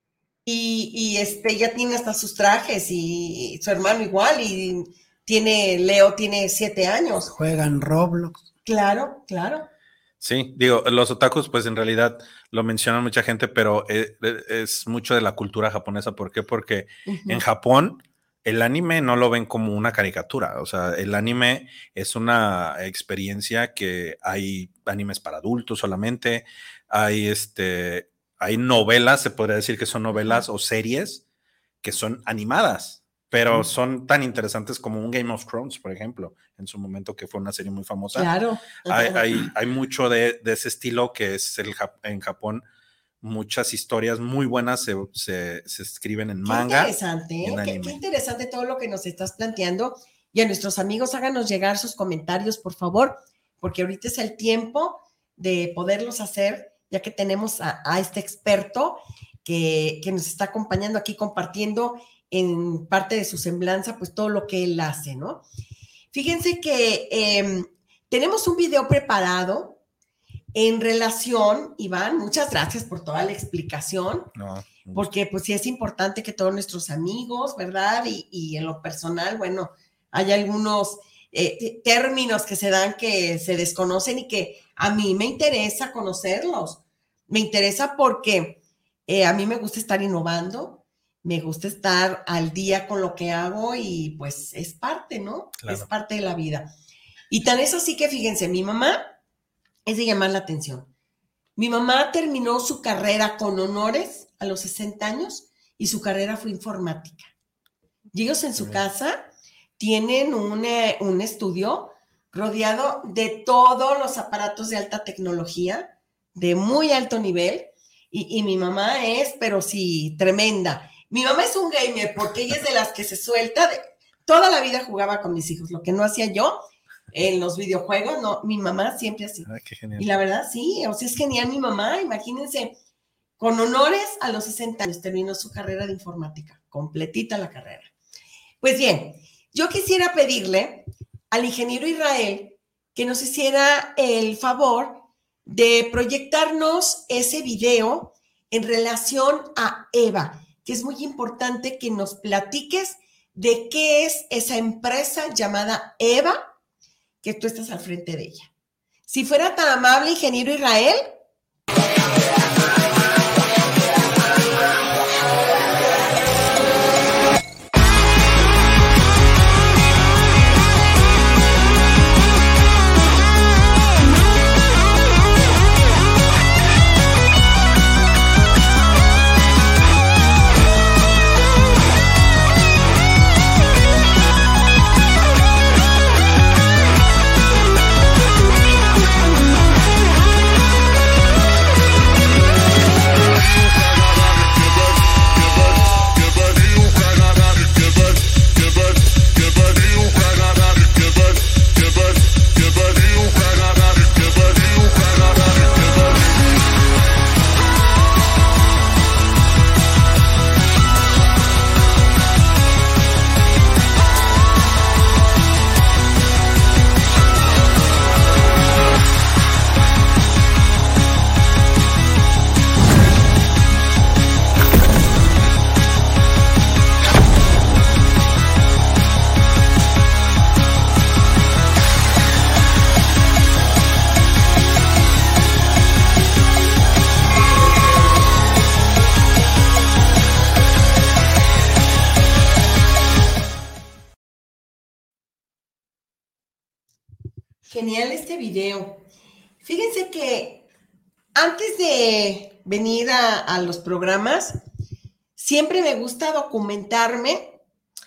Speaker 8: y, y este, ya tiene hasta sus trajes y, y su hermano igual y tiene, Leo tiene siete años.
Speaker 9: Juegan Roblox.
Speaker 8: Claro, claro.
Speaker 1: Sí, digo, los otakus pues en realidad lo mencionan mucha gente, pero es, es mucho de la cultura japonesa. ¿Por qué? Porque uh-huh. en Japón el anime no lo ven como una caricatura, o sea, el anime es una experiencia que hay animes para adultos solamente, hay, este, hay novelas, se podría decir que son novelas o series que son animadas, pero son tan interesantes como un Game of Thrones, por ejemplo, en su momento que fue una serie muy famosa.
Speaker 8: Claro.
Speaker 1: Hay, hay, hay mucho de, de ese estilo que es el, en Japón. Muchas historias muy buenas se, se, se escriben en
Speaker 8: qué
Speaker 1: manga.
Speaker 8: Interesante, ¿eh? qué, qué interesante todo lo que nos estás planteando. Y a nuestros amigos, háganos llegar sus comentarios, por favor, porque ahorita es el tiempo de poderlos hacer, ya que tenemos a, a este experto que, que nos está acompañando aquí, compartiendo en parte de su semblanza, pues todo lo que él hace, ¿no? Fíjense que eh, tenemos un video preparado en relación, Iván, muchas gracias por toda la explicación, no, porque pues sí es importante que todos nuestros amigos, ¿verdad? Y, y en lo personal, bueno, hay algunos eh, términos que se dan que se desconocen y que a mí me interesa conocerlos. Me interesa porque eh, a mí me gusta estar innovando, me gusta estar al día con lo que hago y pues es parte, ¿no? Claro. Es parte de la vida. Y tan es así que fíjense, mi mamá es de llamar la atención. Mi mamá terminó su carrera con honores a los sesenta años y su carrera fue informática. Y ellos en su casa tienen un, eh, un estudio rodeado de todos los aparatos de alta tecnología, de muy alto nivel, y, y mi mamá es, pero sí, tremenda. Mi mamá es un gamer porque ella es de las que se suelta, de, toda la vida jugaba con mis hijos, lo que no hacía yo en los videojuegos, no, mi mamá siempre así.
Speaker 1: Ay, qué genial.
Speaker 8: Y la verdad, sí, o sea, es genial mi mamá, imagínense, con honores a los sesenta años terminó su carrera de informática, completita la carrera. Pues bien, yo quisiera pedirle al ingeniero Israel que nos hiciera el favor de proyectarnos ese video en relación a Eva, que es muy importante que nos platiques de qué es esa empresa llamada Eva, que tú estás al frente de ella. Si fuera tan amable, ingeniero Israel. Genial este video. Fíjense que antes de venir a, a los programas, siempre me gusta documentarme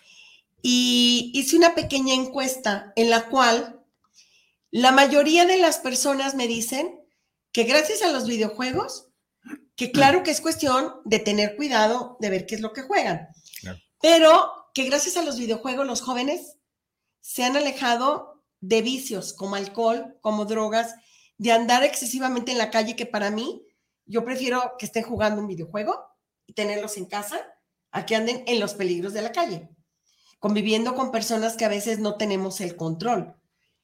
Speaker 8: y hice una pequeña encuesta en la cual la mayoría de las personas me dicen que gracias a los videojuegos, que claro que es cuestión de tener cuidado de ver qué es lo que juegan, claro, pero que gracias a los videojuegos los jóvenes se han alejado de vicios como alcohol, como drogas, de andar excesivamente en la calle, que para mí, yo prefiero que estén jugando un videojuego y tenerlos en casa a que anden en los peligros de la calle, conviviendo con personas que a veces no tenemos el control.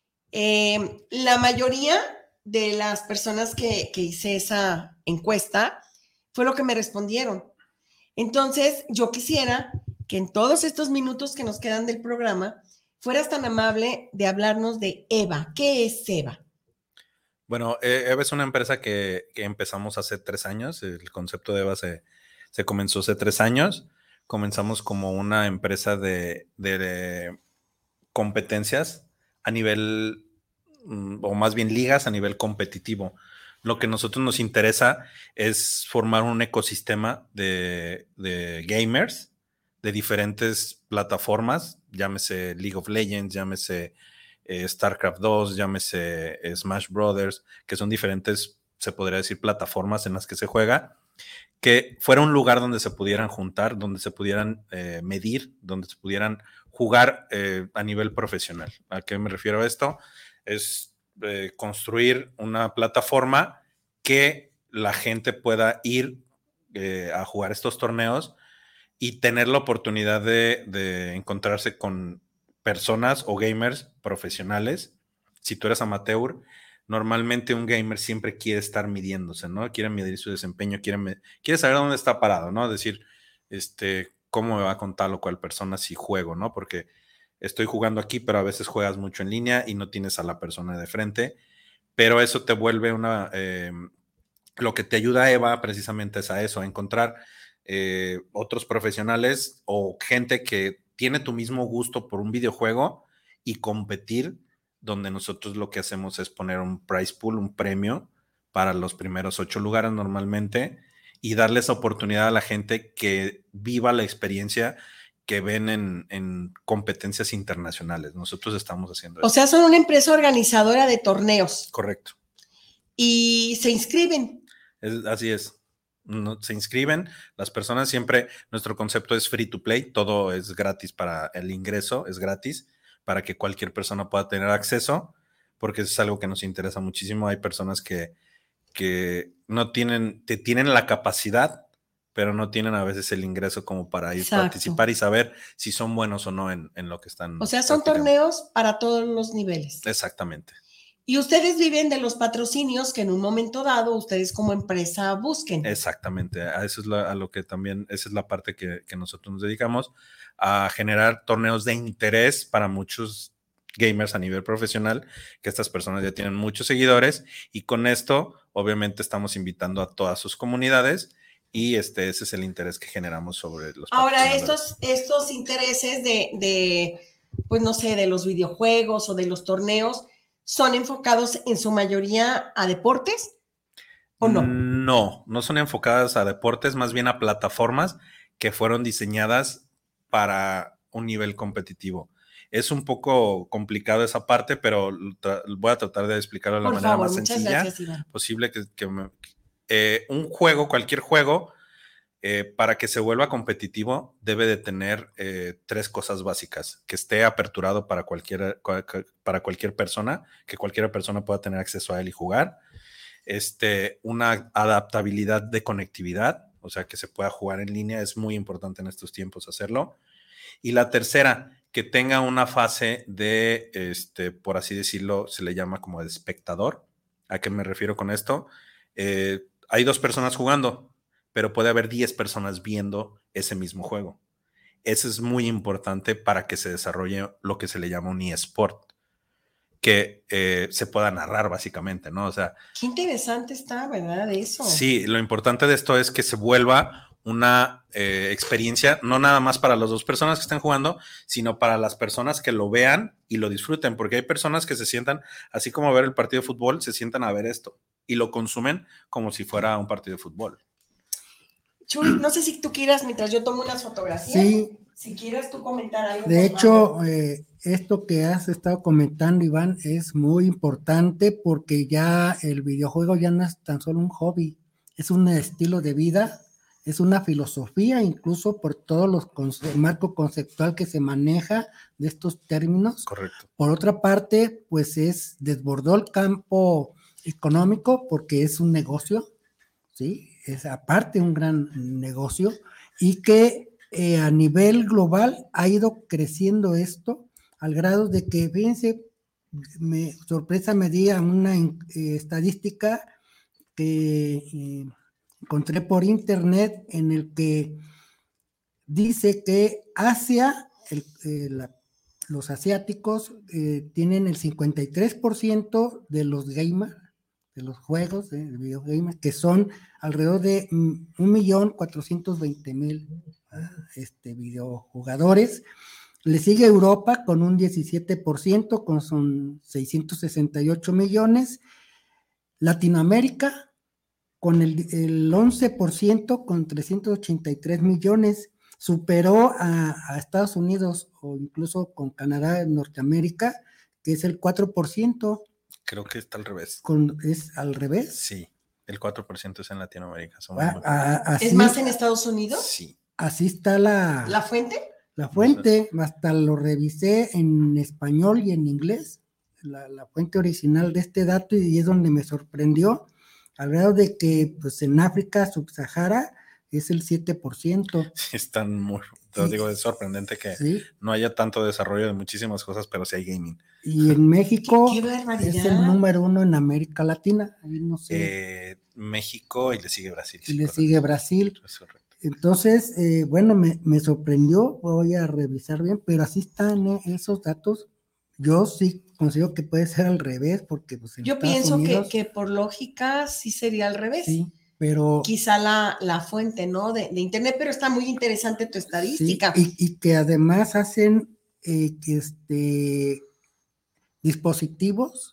Speaker 8: Eh, la mayoría de las personas que, que hice esa encuesta fue lo que me respondieron. Entonces, yo quisiera que en todos estos minutos que nos quedan del programa, fueras tan amable de hablarnos de Eva. ¿Qué es Eva?
Speaker 1: Bueno, Eva es una empresa que, que empezamos hace tres años. El concepto de Eva se, se comenzó hace tres años. Comenzamos como una empresa de, de, de competencias a nivel, o más bien ligas a nivel competitivo. Lo que a nosotros nos interesa es formar un ecosistema de, de gamers de diferentes plataformas, llámese League of Legends, llámese eh, StarCraft dos, llámese eh, Smash Brothers, que son diferentes, se podría decir, plataformas en las que se juega, que fuera un lugar donde se pudieran juntar, donde se pudieran eh, medir, donde se pudieran jugar eh, a nivel profesional. ¿A qué me refiero a esto? Es eh, construir una plataforma que la gente pueda ir eh, a jugar estos torneos y tener la oportunidad de, de encontrarse con personas o gamers profesionales. Si tú eres amateur, normalmente un gamer siempre quiere estar midiéndose, ¿no? Quiere medir su desempeño, quiere, med- quiere saber dónde está parado, ¿no? Decir, este, cómo me va con tal o cual persona si juego, ¿no? Porque estoy jugando aquí, pero a veces juegas mucho en línea y no tienes a la persona de frente, pero eso te vuelve una... Eh, lo que te ayuda a Eva precisamente es a eso, a encontrar Eh, otros profesionales o gente que tiene tu mismo gusto por un videojuego y competir, donde nosotros lo que hacemos es poner un prize pool, un premio para los primeros ocho lugares normalmente, y darle esa oportunidad a la gente que viva la experiencia que ven en, en competencias internacionales. Nosotros estamos haciendo eso.
Speaker 8: O sea, son una empresa organizadora de torneos.
Speaker 1: Correcto.
Speaker 8: Y se inscriben.
Speaker 1: Es, así es. No, se inscriben. Las personas siempre, nuestro concepto es free to play. Todo es gratis para el ingreso, es gratis para que cualquier persona pueda tener acceso, porque eso es algo que nos interesa muchísimo. Hay personas que, que no tienen, te tienen la capacidad, pero no tienen a veces el ingreso como para ir a participar y saber si son buenos o no en, en lo que están.
Speaker 8: O sea, son torneos para todos los niveles.
Speaker 1: Exactamente.
Speaker 8: Y ustedes viven de los patrocinios que en un momento dado ustedes como empresa busquen.
Speaker 1: Exactamente, a eso es la, a lo que también, esa es la parte que, que nosotros nos dedicamos, a generar torneos de interés para muchos gamers a nivel profesional, que estas personas ya tienen muchos seguidores, y con esto obviamente estamos invitando a todas sus comunidades, y este, ese es el interés que generamos sobre los
Speaker 8: Ahora, estos, estos intereses de, de, pues no sé, de los videojuegos o de los torneos, ¿son enfocados en su mayoría a deportes o no?
Speaker 1: No, no son enfocadas a deportes, más bien a plataformas que fueron diseñadas para un nivel competitivo. Es un poco complicado esa parte, pero voy a tratar de explicarlo de la
Speaker 8: Por
Speaker 1: manera
Speaker 8: favor,
Speaker 1: más
Speaker 8: muchas
Speaker 1: sencilla
Speaker 8: gracias, Iván.
Speaker 1: posible. Que, que me, eh, un juego, cualquier juego, eh, para que se vuelva competitivo, debe de tener eh, tres cosas básicas: que esté aperturado para cualquier, para cualquier persona, que cualquier persona pueda tener acceso a él y jugar. Este, una adaptabilidad de conectividad, o sea, que se pueda jugar en línea, es muy importante en estos tiempos hacerlo. Y la tercera, que tenga una fase de, este, por así decirlo, se le llama como de espectador. ¿A qué me refiero con esto? Eh, hay dos personas jugando, pero puede haber diez personas viendo ese mismo juego. Eso es muy importante para que se desarrolle lo que se le llama un eSport, que eh, se pueda narrar básicamente, ¿no? O sea...
Speaker 8: Qué interesante está, ¿verdad? Eso.
Speaker 1: Sí, lo importante de esto es que se vuelva una eh, experiencia, no nada más para las dos personas que estén jugando, sino para las personas que lo vean y lo disfruten, porque hay personas que se sientan, así como a ver el partido de fútbol, se sientan a ver esto y lo consumen como si fuera un partido de fútbol.
Speaker 8: Chuy, no sé si tú quieras, mientras yo tomo unas fotografías,
Speaker 9: sí,
Speaker 8: si quieres tú comentar algo.
Speaker 9: De hecho, eh, esto que has estado comentando, Iván, es muy importante porque ya el videojuego ya no es tan solo un hobby, es un estilo de vida, es una filosofía, incluso por todos los conce- el marco conceptual que se maneja de estos términos.
Speaker 1: Correcto.
Speaker 9: Por otra parte, pues es, desbordó el campo económico porque es un negocio, ¿sí? Es aparte un gran negocio y que eh, a nivel global ha ido creciendo esto al grado de que, fíjense, me, sorpresa me di a una eh, estadística que eh, encontré por internet en el que dice que Asia, el, eh, la, los asiáticos eh, tienen el cincuenta y tres por ciento de los gamers, de los juegos de videogames, que son alrededor de un millón cuatrocientos veinte mil este, videojugadores. Le sigue Europa con un diecisiete por ciento, con son seiscientos sesenta y ocho millones. Latinoamérica con el, el once por ciento, con trescientos ochenta y tres millones. Superó a, a Estados Unidos o incluso con Canadá en Norteamérica, que es el cuatro por ciento.
Speaker 1: Creo que está al revés.
Speaker 9: Con, ¿Es al revés?
Speaker 1: Sí, el cuatro por ciento es en Latinoamérica.
Speaker 9: A, a, así,
Speaker 8: ¿Es más en Estados Unidos?
Speaker 1: Sí.
Speaker 9: Así está la...
Speaker 8: ¿La fuente?
Speaker 9: La fuente, hasta lo revisé en español y en inglés, la, la fuente original de este dato, y es donde me sorprendió, al grado de que pues en África subsahara es el siete por ciento.
Speaker 1: Sí, están muy, te sí. digo, es sorprendente que sí. no haya tanto desarrollo de muchísimas cosas, pero sí hay gaming.
Speaker 9: Y en México
Speaker 8: ¿Qué, qué
Speaker 9: es el número uno en América Latina. Ahí no sé.
Speaker 1: Eh, México y le sigue Brasil.
Speaker 9: Y
Speaker 1: sí,
Speaker 9: le
Speaker 1: correcto.
Speaker 9: sigue Brasil.
Speaker 1: Es correcto.
Speaker 9: Entonces, eh, bueno, me, me sorprendió, voy a revisar bien, pero así están eh, esos datos. Yo sí considero que puede ser al revés, porque pues, en
Speaker 8: yo
Speaker 9: Estados
Speaker 8: pienso
Speaker 9: Unidos,
Speaker 8: que, que por lógica sí sería al revés.
Speaker 9: Sí, pero...
Speaker 8: Quizá la, la fuente, ¿no? De, de internet, pero está muy interesante tu estadística.
Speaker 9: Sí, y, y que además hacen eh, que este, dispositivos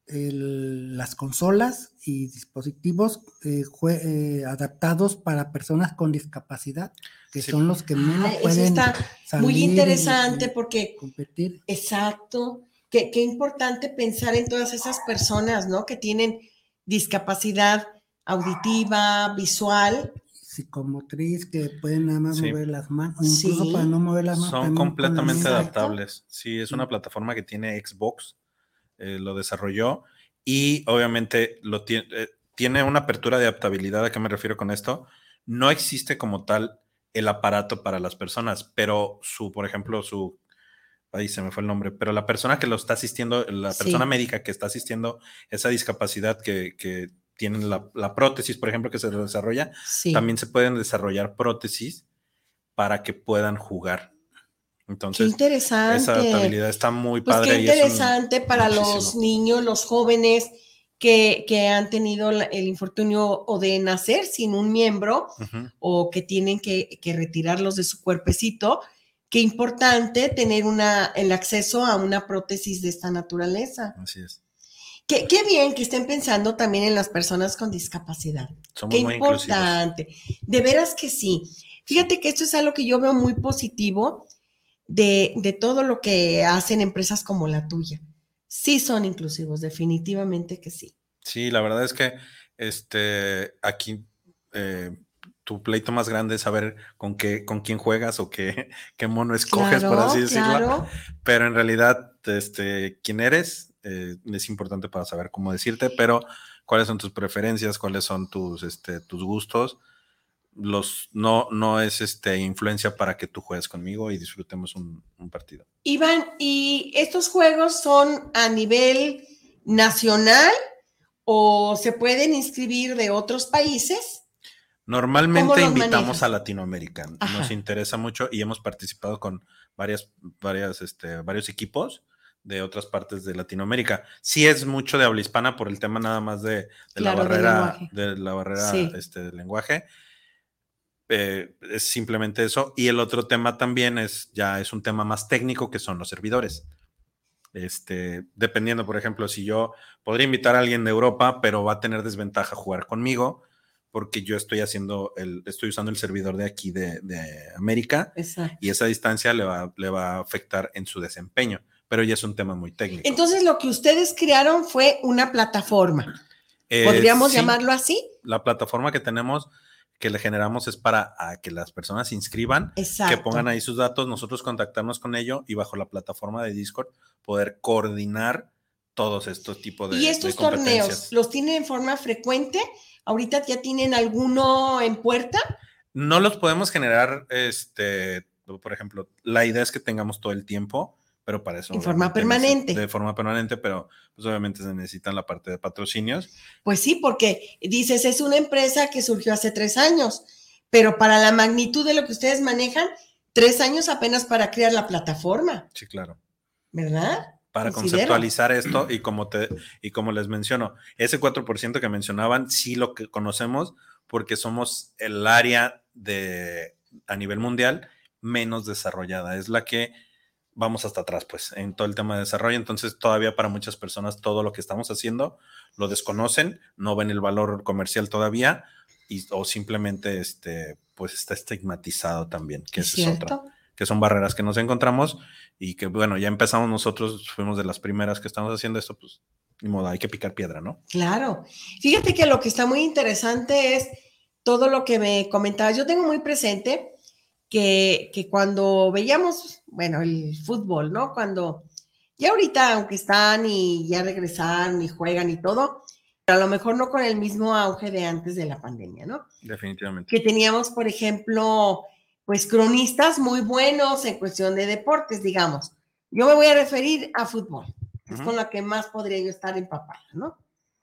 Speaker 9: el, las consolas y dispositivos eh, jue, eh, adaptados para personas con discapacidad, que sí. son los que menos ah, pueden
Speaker 8: eso está
Speaker 9: salir
Speaker 8: muy interesante
Speaker 9: y, y
Speaker 8: porque
Speaker 9: competir.
Speaker 8: Exacto, qué, qué importante pensar en todas esas personas, ¿no? Que tienen discapacidad auditiva, visual,
Speaker 9: psicomotriz, que pueden nada más sí. mover las manos, incluso
Speaker 8: sí.
Speaker 9: para no mover las manos.
Speaker 1: Son completamente adaptables. Sí, es una plataforma que tiene Xbox, eh, lo desarrolló y obviamente lo tiene, eh, tiene una apertura de adaptabilidad. ¿A qué me refiero con esto? No existe como tal el aparato para las personas, pero su, por ejemplo, su, ahí se me fue el nombre, pero la persona que lo está asistiendo, la persona sí. médica que está asistiendo esa discapacidad que, que tienen la, la prótesis, por ejemplo, que se desarrolla, sí. también se pueden desarrollar prótesis para que puedan jugar. Entonces,
Speaker 8: qué interesante.
Speaker 1: Esa adaptabilidad está muy
Speaker 8: pues
Speaker 1: padre.
Speaker 8: Qué interesante
Speaker 1: y es un,
Speaker 8: para
Speaker 1: muchísimo.
Speaker 8: los niños, los jóvenes que, que han tenido la, el infortunio o de nacer sin un miembro uh-huh. o que tienen que, que retirarlos de su cuerpecito. Qué importante tener una, el acceso a una prótesis de esta naturaleza.
Speaker 1: Así es.
Speaker 8: Qué, qué bien que estén pensando también en las personas con discapacidad.
Speaker 1: Somos
Speaker 8: qué
Speaker 1: muy
Speaker 8: importante. Inclusivos. De veras que sí. Fíjate que esto es algo que yo veo muy positivo de, de todo lo que hacen empresas como la tuya. Sí son inclusivos, definitivamente que sí.
Speaker 1: Sí, la verdad es que este, aquí eh, tu pleito más grande es saber con qué, con quién juegas o qué, qué mono escoges, claro, por así decirlo. Claro. Pero en realidad, este, quién eres, eh, es importante para saber cómo decirte, pero cuáles son tus preferencias, cuáles son tus, este, tus gustos. Los, no, no es este, influencia para que tú juegues conmigo y disfrutemos un, un partido.
Speaker 8: Iván, ¿y estos juegos son a nivel nacional o se pueden inscribir de otros países?
Speaker 1: Normalmente invitamos manejas? a Latinoamérica. Ajá. Nos interesa mucho y hemos participado con varias, varias, este, varios equipos de otras partes de Latinoamérica. Sí es mucho de habla hispana por el tema nada más de, de claro, la barrera, de la barrera sí. este, del lenguaje. Eh, es simplemente eso. Y el otro tema también es, ya es un tema más técnico, que son los servidores. Este, dependiendo, por ejemplo, si yo podría invitar a alguien de Europa, pero va a tener desventaja jugar conmigo, porque yo estoy haciendo el, estoy usando el servidor de aquí de, de América. Exacto. Y esa distancia le va, le va a afectar en su desempeño, pero ya es un tema muy técnico.
Speaker 8: Entonces, lo que ustedes crearon fue una plataforma. Eh, ¿Podríamos sí, llamarlo así?
Speaker 1: La plataforma que tenemos, que le generamos es para a que las personas se inscriban, Exacto. que pongan ahí sus datos, nosotros contactarnos con ello y bajo la plataforma de Discord poder coordinar todos estos tipos de,
Speaker 8: ¿Y estos
Speaker 1: de
Speaker 8: torneos los tienen en forma frecuente? ¿Ahorita ya tienen alguno en puerta?
Speaker 1: No los podemos generar, este, por ejemplo, la idea es que tengamos todo el tiempo, pero para eso...
Speaker 8: En forma permanente.
Speaker 1: De forma permanente, pero pues obviamente se necesitan la parte de patrocinios.
Speaker 8: Pues sí, porque dices, es una empresa que surgió hace tres años, pero para la magnitud de lo que ustedes manejan, tres años apenas para crear la plataforma.
Speaker 1: Sí, claro.
Speaker 8: ¿Verdad?
Speaker 1: Para Considero. conceptualizar esto y como, te, y como les menciono, ese cuatro por ciento que mencionaban, sí lo que conocemos porque somos el área de, a nivel mundial menos desarrollada. Es la que vamos hasta atrás, pues, en todo el tema de desarrollo. Entonces, todavía para muchas personas todo lo que estamos haciendo lo desconocen, no ven el valor comercial todavía y, o simplemente este, pues está estigmatizado también, que esa es otra. Que son barreras que nos encontramos y que, bueno, ya empezamos nosotros, fuimos de las primeras que estamos haciendo esto, pues, ni modo, hay que picar piedra, ¿no?
Speaker 8: Claro. Fíjate que lo que está muy interesante es todo lo que me comentabas. Yo tengo muy presente que, que cuando veíamos, bueno, el fútbol, ¿no? Cuando, ya ahorita, aunque están y ya regresaron y juegan y todo, pero a lo mejor no con el mismo auge de antes de la pandemia, ¿no?
Speaker 1: Definitivamente.
Speaker 8: Que teníamos, por ejemplo... pues cronistas muy buenos en cuestión de deportes, digamos. Yo me voy a referir a fútbol, que uh-huh. es con la que más podría yo estar empapada, ¿no?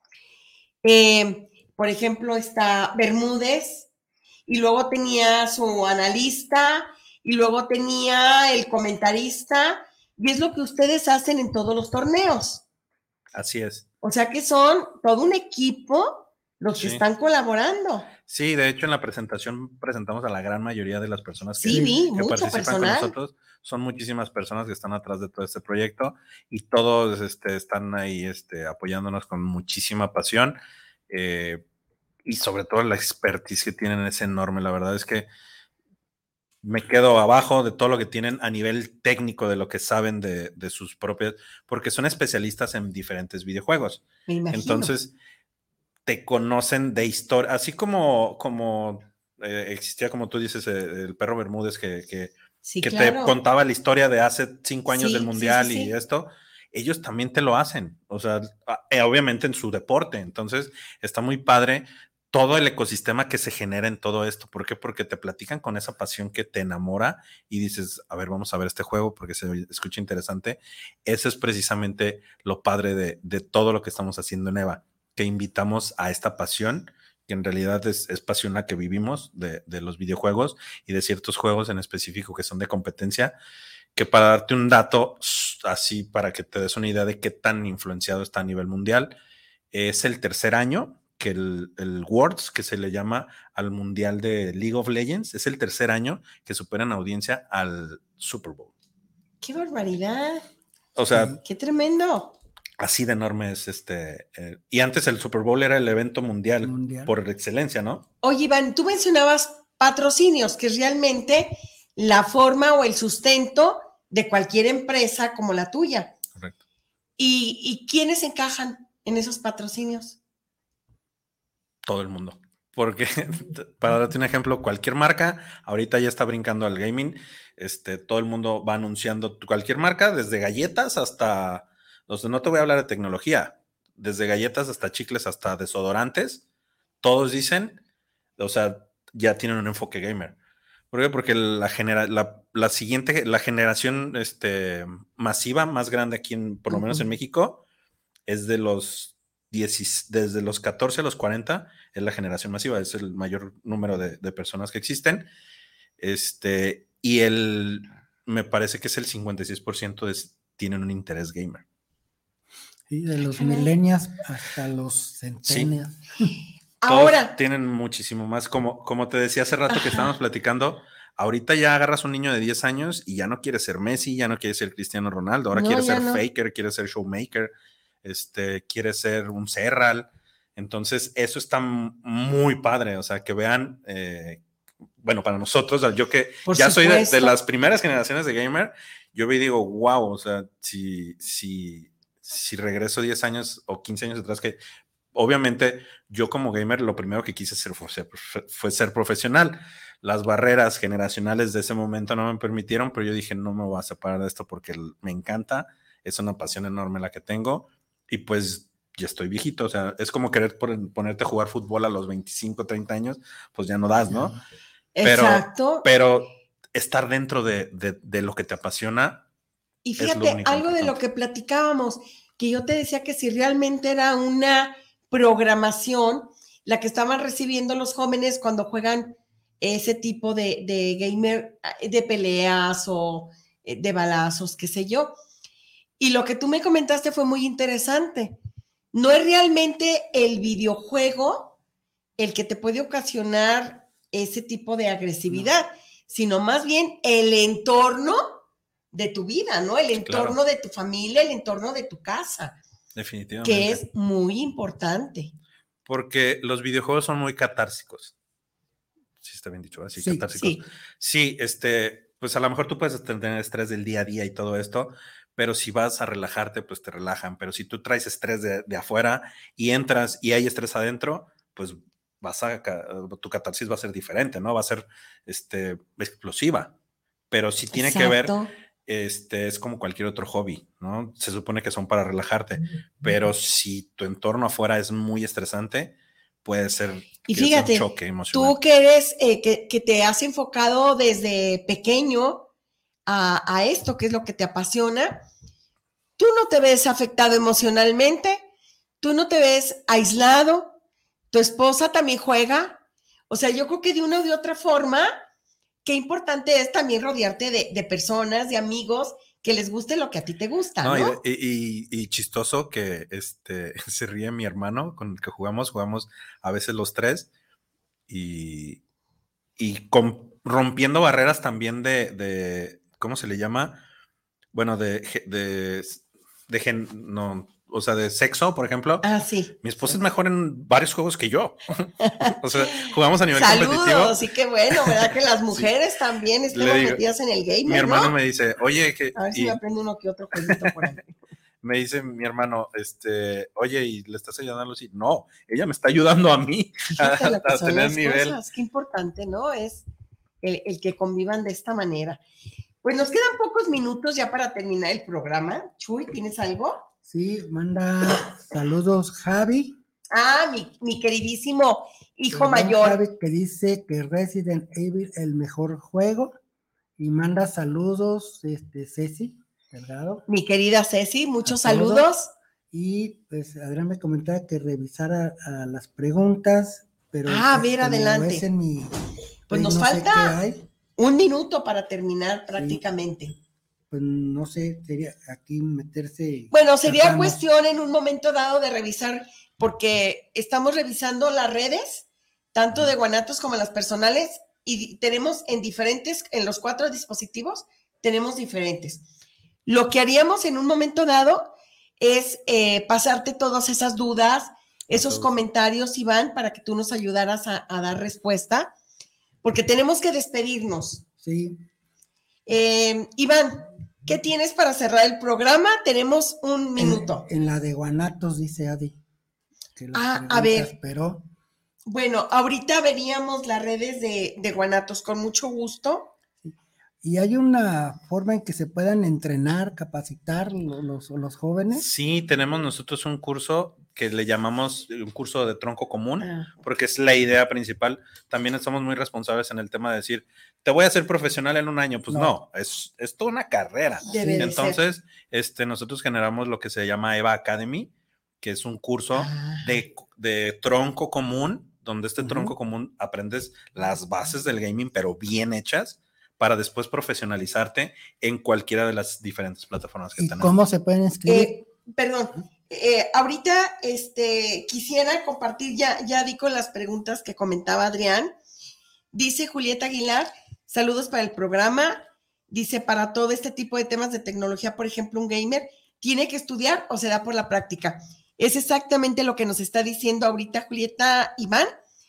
Speaker 8: Eh, por ejemplo, está Bermúdez, y luego tenía su analista, y luego tenía el comentarista, y es lo que ustedes hacen en todos los torneos.
Speaker 1: Así es.
Speaker 8: O sea que son todo un equipo los que
Speaker 1: Sí.
Speaker 8: están colaborando.
Speaker 1: Sí, de hecho en la presentación presentamos a la gran mayoría de las personas que,
Speaker 8: Sí, vi,
Speaker 1: que
Speaker 8: mucho
Speaker 1: participan
Speaker 8: personal.
Speaker 1: con nosotros. Son muchísimas personas que están atrás de todo este proyecto y todos este, están ahí este, apoyándonos con muchísima pasión eh, y sobre todo la expertise que tienen es enorme. La verdad es que me quedo abajo de todo lo que tienen a nivel técnico de lo que saben de, de sus propias, porque son especialistas en diferentes videojuegos.
Speaker 8: Me imagino.
Speaker 1: Entonces, te conocen de historia, así como, como eh, existía, como tú dices, eh, el perro Bermúdez que, que,
Speaker 8: sí,
Speaker 1: que
Speaker 8: claro.
Speaker 1: te contaba la historia de hace cinco años
Speaker 8: Sí,
Speaker 1: del Mundial
Speaker 8: sí, sí,
Speaker 1: y
Speaker 8: sí.
Speaker 1: esto, ellos también te lo hacen, o sea, eh, obviamente en su deporte, entonces está muy padre todo el ecosistema que se genera en todo esto. ¿Por qué? Porque te platican con esa pasión que te enamora y dices, a ver, vamos a ver este juego porque se escucha interesante. Eso es precisamente lo padre de, de todo lo que estamos haciendo en EVA, que invitamos a esta pasión, que en realidad es, es pasión la que vivimos de, de los videojuegos y de ciertos juegos en específico que son de competencia, que para darte un dato así, para que te des una idea de qué tan influenciado está a nivel mundial, es el tercer año que el, el Worlds, que se le llama al Mundial de League of Legends, es el tercer año que supera en audiencia al Super Bowl.
Speaker 8: ¡Qué barbaridad!
Speaker 1: O sea,
Speaker 8: ¡qué tremendo!
Speaker 1: Así de enorme es este. Eh, y antes el Super Bowl era el evento mundial, mundial por excelencia, ¿no?
Speaker 8: Oye, Iván, tú mencionabas patrocinios, que es realmente la forma o el sustento de cualquier empresa como la tuya.
Speaker 1: Correcto.
Speaker 8: ¿Y, y quiénes encajan en esos patrocinios?
Speaker 1: Todo el mundo. Porque, para darte un ejemplo, cualquier marca ahorita ya está brincando al gaming. Este, todo el mundo va anunciando cualquier marca, desde galletas hasta, o sea, no te voy a hablar de tecnología, desde galletas hasta chicles, hasta desodorantes. Todos dicen, o sea, ya tienen un enfoque gamer. ¿Por qué? Porque la, genera, la, la siguiente, la generación este, masiva más grande aquí, en, por lo uh-huh. menos en México, es de los diez, desde los catorce a los cuarenta, es la generación masiva, es el mayor número de, de personas que existen. Este, y el, me parece que es el cincuenta y seis por ciento de, tienen un interés gamer.
Speaker 9: Sí, de los millennials hasta los centennials.
Speaker 1: Sí.
Speaker 8: Ahora
Speaker 1: todos tienen muchísimo más, como, como te decía hace rato, ajá, que estábamos platicando, ahorita ya agarras un niño de diez años y ya no quiere ser Messi, ya no quiere ser Cristiano Ronaldo, ahora no, quiere ser no. faker, quiere ser showmaker, este, quiere ser un Serral. Entonces eso está muy padre, o sea, que vean, eh, bueno, para nosotros, yo que Por ya supuesto. soy de, de las primeras generaciones de gamer, yo vi y digo, wow, o sea, si, si, si regreso diez años o quince años atrás, que obviamente yo como gamer lo primero que quise hacer fue ser, fue ser profesional. Las barreras generacionales de ese momento no me permitieron, pero yo dije, no me voy a separar de esto porque me encanta, es una pasión enorme la que tengo y pues ya estoy viejito, o sea, es como querer ponerte a jugar fútbol a los veinticinco, treinta años, pues ya no das, ¿no?
Speaker 8: Exacto.
Speaker 1: Pero, pero estar dentro de, de, de lo que te apasiona.
Speaker 8: Y fíjate, algo de lo que platicábamos, que yo te decía que si realmente era una programación la que estaban recibiendo los jóvenes cuando juegan ese tipo de, de gamer, de peleas o de balazos, qué sé yo. Y lo que tú me comentaste fue muy interesante. No es realmente el videojuego el que te puede ocasionar ese tipo de agresividad, no. sino más bien el entorno de tu vida, ¿no? El entorno claro. de tu familia, el entorno de tu casa.
Speaker 1: Definitivamente.
Speaker 8: Que es muy importante.
Speaker 1: Porque los videojuegos son muy catársicos. Sí, está bien dicho, así, sí, catársicos. Sí. sí, este, pues a lo mejor tú puedes tener estrés del día a día y todo esto, pero si vas a relajarte, pues te relajan. Pero si tú traes estrés de, de afuera y entras y hay estrés adentro, pues vas a, tu catarsis va a ser diferente, ¿no? Va a ser este, explosiva. Pero si tiene Exacto. que ver... Este, es como cualquier otro hobby, ¿no? Se supone que son para relajarte, pero si tu entorno afuera es muy estresante, puede ser
Speaker 8: y fíjate,
Speaker 1: un choque emocional.
Speaker 8: Tú que eres, eh, que, que te has enfocado desde pequeño a, a esto, que es lo que te apasiona, tú no te ves afectado emocionalmente, tú no te ves aislado, tu esposa también juega, o sea, yo creo que de una u de otra forma... Qué importante es también rodearte de, de personas, de amigos que les guste lo que a ti te gusta, ¿no?
Speaker 1: ¿no? Y, y, y chistoso que este, se ríe mi hermano con el que jugamos, jugamos a veces los tres y, y con, rompiendo barreras también de, de, ¿cómo se le llama? Bueno, de, de, de gen, no, o sea, de sexo, por ejemplo.
Speaker 8: Ah, sí.
Speaker 1: Mi esposa sí. es mejor en varios juegos que yo. O sea, jugamos a nivel
Speaker 8: Saludos,
Speaker 1: competitivo.
Speaker 8: Saludos, sí, qué bueno, ¿verdad? Que las mujeres sí. también estén digo, metidas en el game.
Speaker 1: Mi hermano
Speaker 8: ¿no?
Speaker 1: me dice, oye, que.
Speaker 8: A ver si y, me aprendo uno que otro jueguito por ahí.
Speaker 1: Me dice mi hermano, este, oye, ¿y le estás ayudando a Lucy? No, ella me está ayudando a mí
Speaker 8: Fíjate
Speaker 1: a,
Speaker 8: lo que
Speaker 1: a
Speaker 8: son
Speaker 1: tener
Speaker 8: las
Speaker 1: nivel.
Speaker 8: Cosas. Qué importante, ¿no? Es el, el que convivan de esta manera. Pues nos quedan pocos minutos ya para terminar el programa. Chuy, ¿tienes algo?
Speaker 9: Sí, manda saludos Javi.
Speaker 8: Ah, mi, mi queridísimo hijo el mayor.
Speaker 9: Javi que dice que Resident Evil el mejor juego. Y manda saludos, este, Ceci Delgado.
Speaker 8: Mi querida Ceci, muchos saludos. saludos.
Speaker 9: Y pues Adrián me comentaba que revisara a las preguntas. Pero
Speaker 8: ah, a ver, adelante.
Speaker 9: Es en mi,
Speaker 8: pues nos
Speaker 9: no
Speaker 8: falta un minuto para terminar prácticamente.
Speaker 9: Sí. Pues no sé, sería aquí meterse.
Speaker 8: Bueno, sería tratando. Cuestión en un momento dado de revisar, porque estamos revisando las redes, tanto de Guanatos como las personales, y tenemos en diferentes, en los cuatro dispositivos, tenemos diferentes. Lo que haríamos en un momento dado es eh, pasarte todas esas dudas, esos Entonces. comentarios, Iván, para que tú nos ayudaras a, a dar respuesta, porque tenemos que despedirnos.
Speaker 9: Sí.
Speaker 8: Eh, Iván, ¿qué tienes para cerrar el programa? Tenemos un minuto.
Speaker 9: En, en la de Guanatos, dice Adi.
Speaker 8: Que ah, a ver.
Speaker 9: Pero...
Speaker 8: Bueno, ahorita veríamos las redes de, de Guanatos con mucho gusto.
Speaker 9: Sí. ¿Y hay una forma en que se puedan entrenar, capacitar los, los, los jóvenes?
Speaker 1: Sí, tenemos nosotros un curso que le llamamos un curso de tronco común, ah. porque es la idea principal. También estamos muy responsables en el tema de decir, te voy a hacer profesional en un año. Pues no, no es, es toda una carrera.
Speaker 8: Debe
Speaker 1: Entonces,
Speaker 8: de ser.
Speaker 1: este, nosotros generamos lo que se llama EVA Academy, que es un curso ah. de, de tronco común, donde este uh-huh. tronco común aprendes las bases del gaming, pero bien hechas, para después profesionalizarte en cualquiera de las diferentes plataformas que
Speaker 9: ¿Y
Speaker 1: tenemos.
Speaker 9: ¿Cómo se pueden inscribir?
Speaker 8: Eh, perdón, eh, ahorita este, quisiera compartir, ya, ya di con las preguntas que comentaba Adrián. Dice Julieta Aguilar, saludos para el programa. Dice, para todo este tipo de temas de tecnología, por ejemplo, un gamer, ¿tiene que estudiar o se da por la práctica? Es exactamente lo que nos está diciendo ahorita Julieta Iván,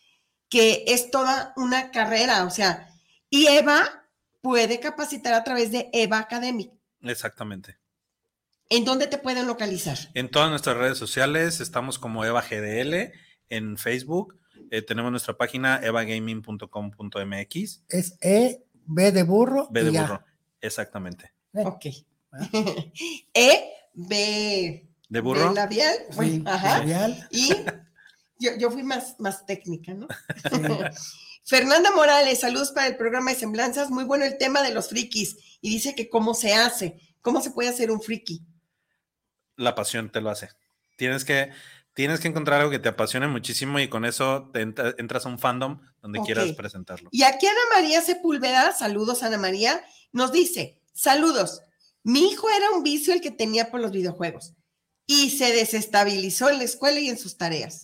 Speaker 8: que es toda una carrera, o sea, y Eva puede capacitar a través de Eva Academy.
Speaker 1: Exactamente.
Speaker 8: ¿En dónde te pueden localizar?
Speaker 1: En todas nuestras redes sociales, estamos como Eva G D L, en Facebook, eh, tenemos nuestra página eva gaming punto com punto m x.
Speaker 9: Es E, B de burro.
Speaker 1: B de
Speaker 9: y
Speaker 1: burro,
Speaker 9: A.
Speaker 1: Exactamente.
Speaker 8: Ok. E, B...
Speaker 1: ¿De burro?
Speaker 8: De labial.
Speaker 9: Sí,
Speaker 8: bueno, ajá.
Speaker 9: Labial.
Speaker 8: Y yo, yo fui más, más técnica, ¿no? Sí. Fernanda Morales, saludos para el programa de Semblanzas. Muy bueno el tema de los frikis. Y dice que cómo se hace, cómo se puede hacer un friki.
Speaker 1: La pasión te lo hace. Tienes que, tienes que encontrar algo que te apasione muchísimo y con eso te entra, entras a un fandom donde okay. quieras presentarlo.
Speaker 8: Y aquí Ana María Sepúlveda, saludos Ana María, nos dice, saludos, mi hijo era un vicio el que tenía por los videojuegos. Y se desestabilizó en la escuela y en sus tareas.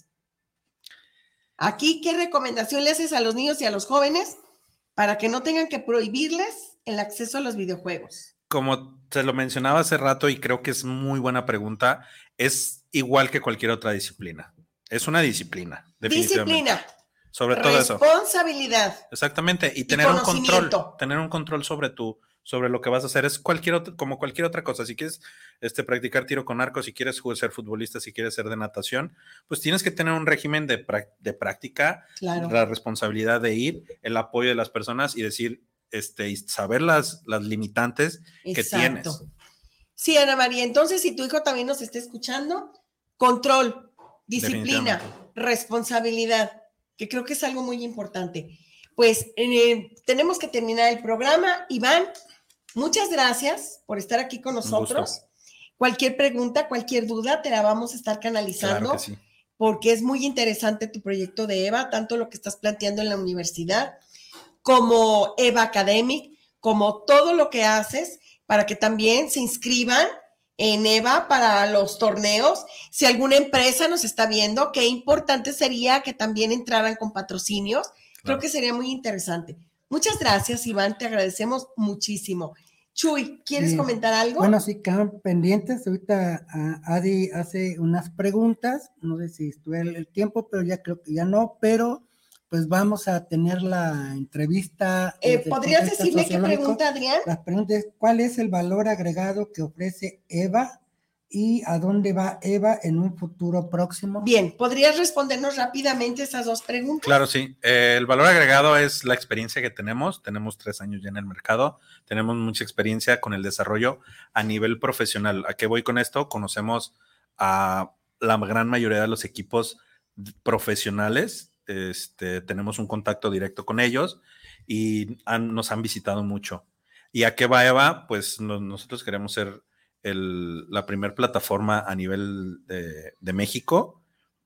Speaker 8: Aquí, ¿qué recomendación le haces a los niños y a los jóvenes para que no tengan que prohibirles el acceso a los videojuegos?
Speaker 1: Como te lo mencionaba hace rato y creo que es muy buena pregunta, es igual que cualquier otra disciplina. Es una disciplina, definitivamente.
Speaker 8: Disciplina.
Speaker 1: Sobre todo eso.
Speaker 8: Responsabilidad.
Speaker 1: Exactamente. Y tener un control, tener un control sobre tu sobre lo que vas a hacer. Es cualquier otro, como cualquier otra cosa. Si quieres este, practicar tiro con arco, si quieres ser futbolista, si quieres ser de natación, pues tienes que tener un régimen de, de práctica,
Speaker 8: claro.
Speaker 1: La responsabilidad de ir, el apoyo de las personas y decir, este, y saber las, las limitantes Exacto. que tienes.
Speaker 8: Sí, Ana María, entonces si tu hijo también nos está escuchando, control, disciplina, responsabilidad, que creo que es algo muy importante. Pues eh, tenemos que terminar el programa. Iván, muchas gracias por estar aquí con nosotros. Cualquier pregunta, cualquier duda, te la vamos a estar canalizando,
Speaker 1: claro que sí.
Speaker 8: Porque es muy interesante tu proyecto de Eva, tanto lo que estás planteando en la universidad, como Eva Academic, como todo lo que haces, para que también se inscriban en EVA para los torneos. Si alguna empresa nos está viendo, qué importante sería que también entraran con patrocinios. Claro. Creo que sería muy interesante. Muchas gracias, Iván, te agradecemos muchísimo. Chuy, ¿quieres sí. comentar algo?
Speaker 9: Bueno, sí, quedan pendientes. Ahorita uh, Adi hace unas preguntas, no sé si estuve el, el tiempo, pero ya creo que ya no, pero pues vamos a tener la entrevista.
Speaker 8: Eh, ¿Podrías decirme qué pregunta, Adrián?
Speaker 9: La pregunta es, ¿cuál es el valor agregado que ofrece EVA y a dónde va EVA en un futuro próximo?
Speaker 8: Bien, ¿podrías respondernos rápidamente esas dos preguntas?
Speaker 1: Claro, sí. Eh, el valor agregado es la experiencia que tenemos. Tenemos tres años ya en el mercado. Tenemos mucha experiencia con el desarrollo a nivel profesional. ¿A qué voy con esto? Conocemos a la gran mayoría de los equipos profesionales. Este, tenemos un contacto directo con ellos y han, nos han visitado mucho. ¿Y a qué va EVA? Pues no, nosotros queremos ser el, la primer plataforma a nivel de, de México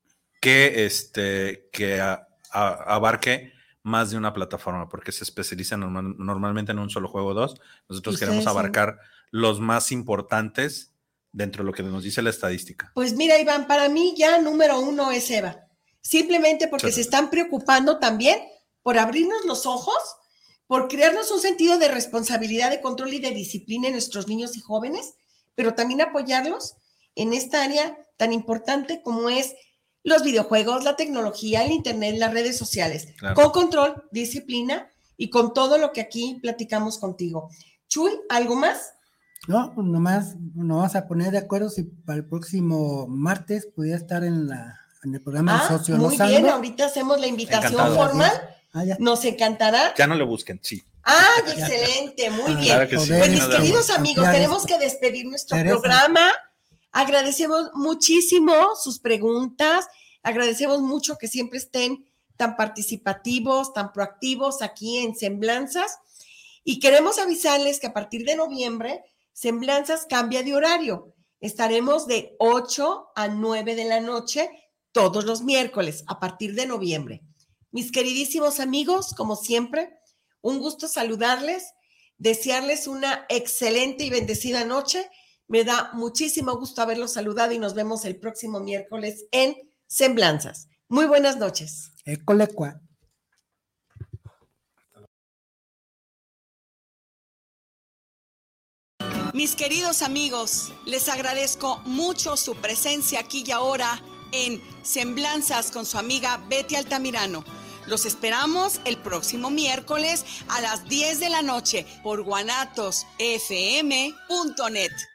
Speaker 1: que, este, que a, a, abarque más de una plataforma, porque se especializa normal, normalmente en un solo juego o dos. Nosotros queremos abarcar sí. los más importantes dentro de lo que nos dice la estadística.
Speaker 8: Pues mira, Iván, para mí ya número uno es EVA. Simplemente porque sí. se están preocupando también por abrirnos los ojos, por crearnos un sentido de responsabilidad, de control y de disciplina en nuestros niños y jóvenes, pero también apoyarlos en esta área tan importante como es los videojuegos, la tecnología, el internet, las redes sociales, claro. con control, disciplina y con todo lo que aquí platicamos contigo. Chuy, ¿algo más?
Speaker 9: No, nomás nos vamos a poner de acuerdo si para el próximo martes pudiera estar en la en el programa
Speaker 8: ah,
Speaker 9: de Socio
Speaker 8: muy
Speaker 9: Lozano.
Speaker 8: Bien, ahorita hacemos la invitación Encantado. formal. Ah, Nos encantará.
Speaker 1: Ya no le busquen, sí.
Speaker 8: Ah, excelente, muy ah, bien. Claro que sí. Pues mis queridos amigos,
Speaker 9: claro.
Speaker 8: tenemos que despedir nuestro Teresa. programa. Agradecemos muchísimo sus preguntas. Agradecemos mucho que siempre estén tan participativos, tan proactivos aquí en Semblanzas. Y queremos avisarles que a partir de noviembre, Semblanzas cambia de horario. Estaremos de ocho a nueve de la noche todos los miércoles a partir de noviembre. Mis queridísimos amigos, como siempre, un gusto saludarles, desearles una excelente y bendecida noche. Me da muchísimo gusto haberlos saludado y nos vemos el próximo miércoles en Semblanzas. Muy buenas noches.
Speaker 9: Ecolecua.
Speaker 8: Mis queridos amigos, les agradezco mucho su presencia aquí y ahora en Semblanzas con su amiga Betty Altamirano. Los esperamos el próximo miércoles a las diez de la noche por guanatos f m punto net.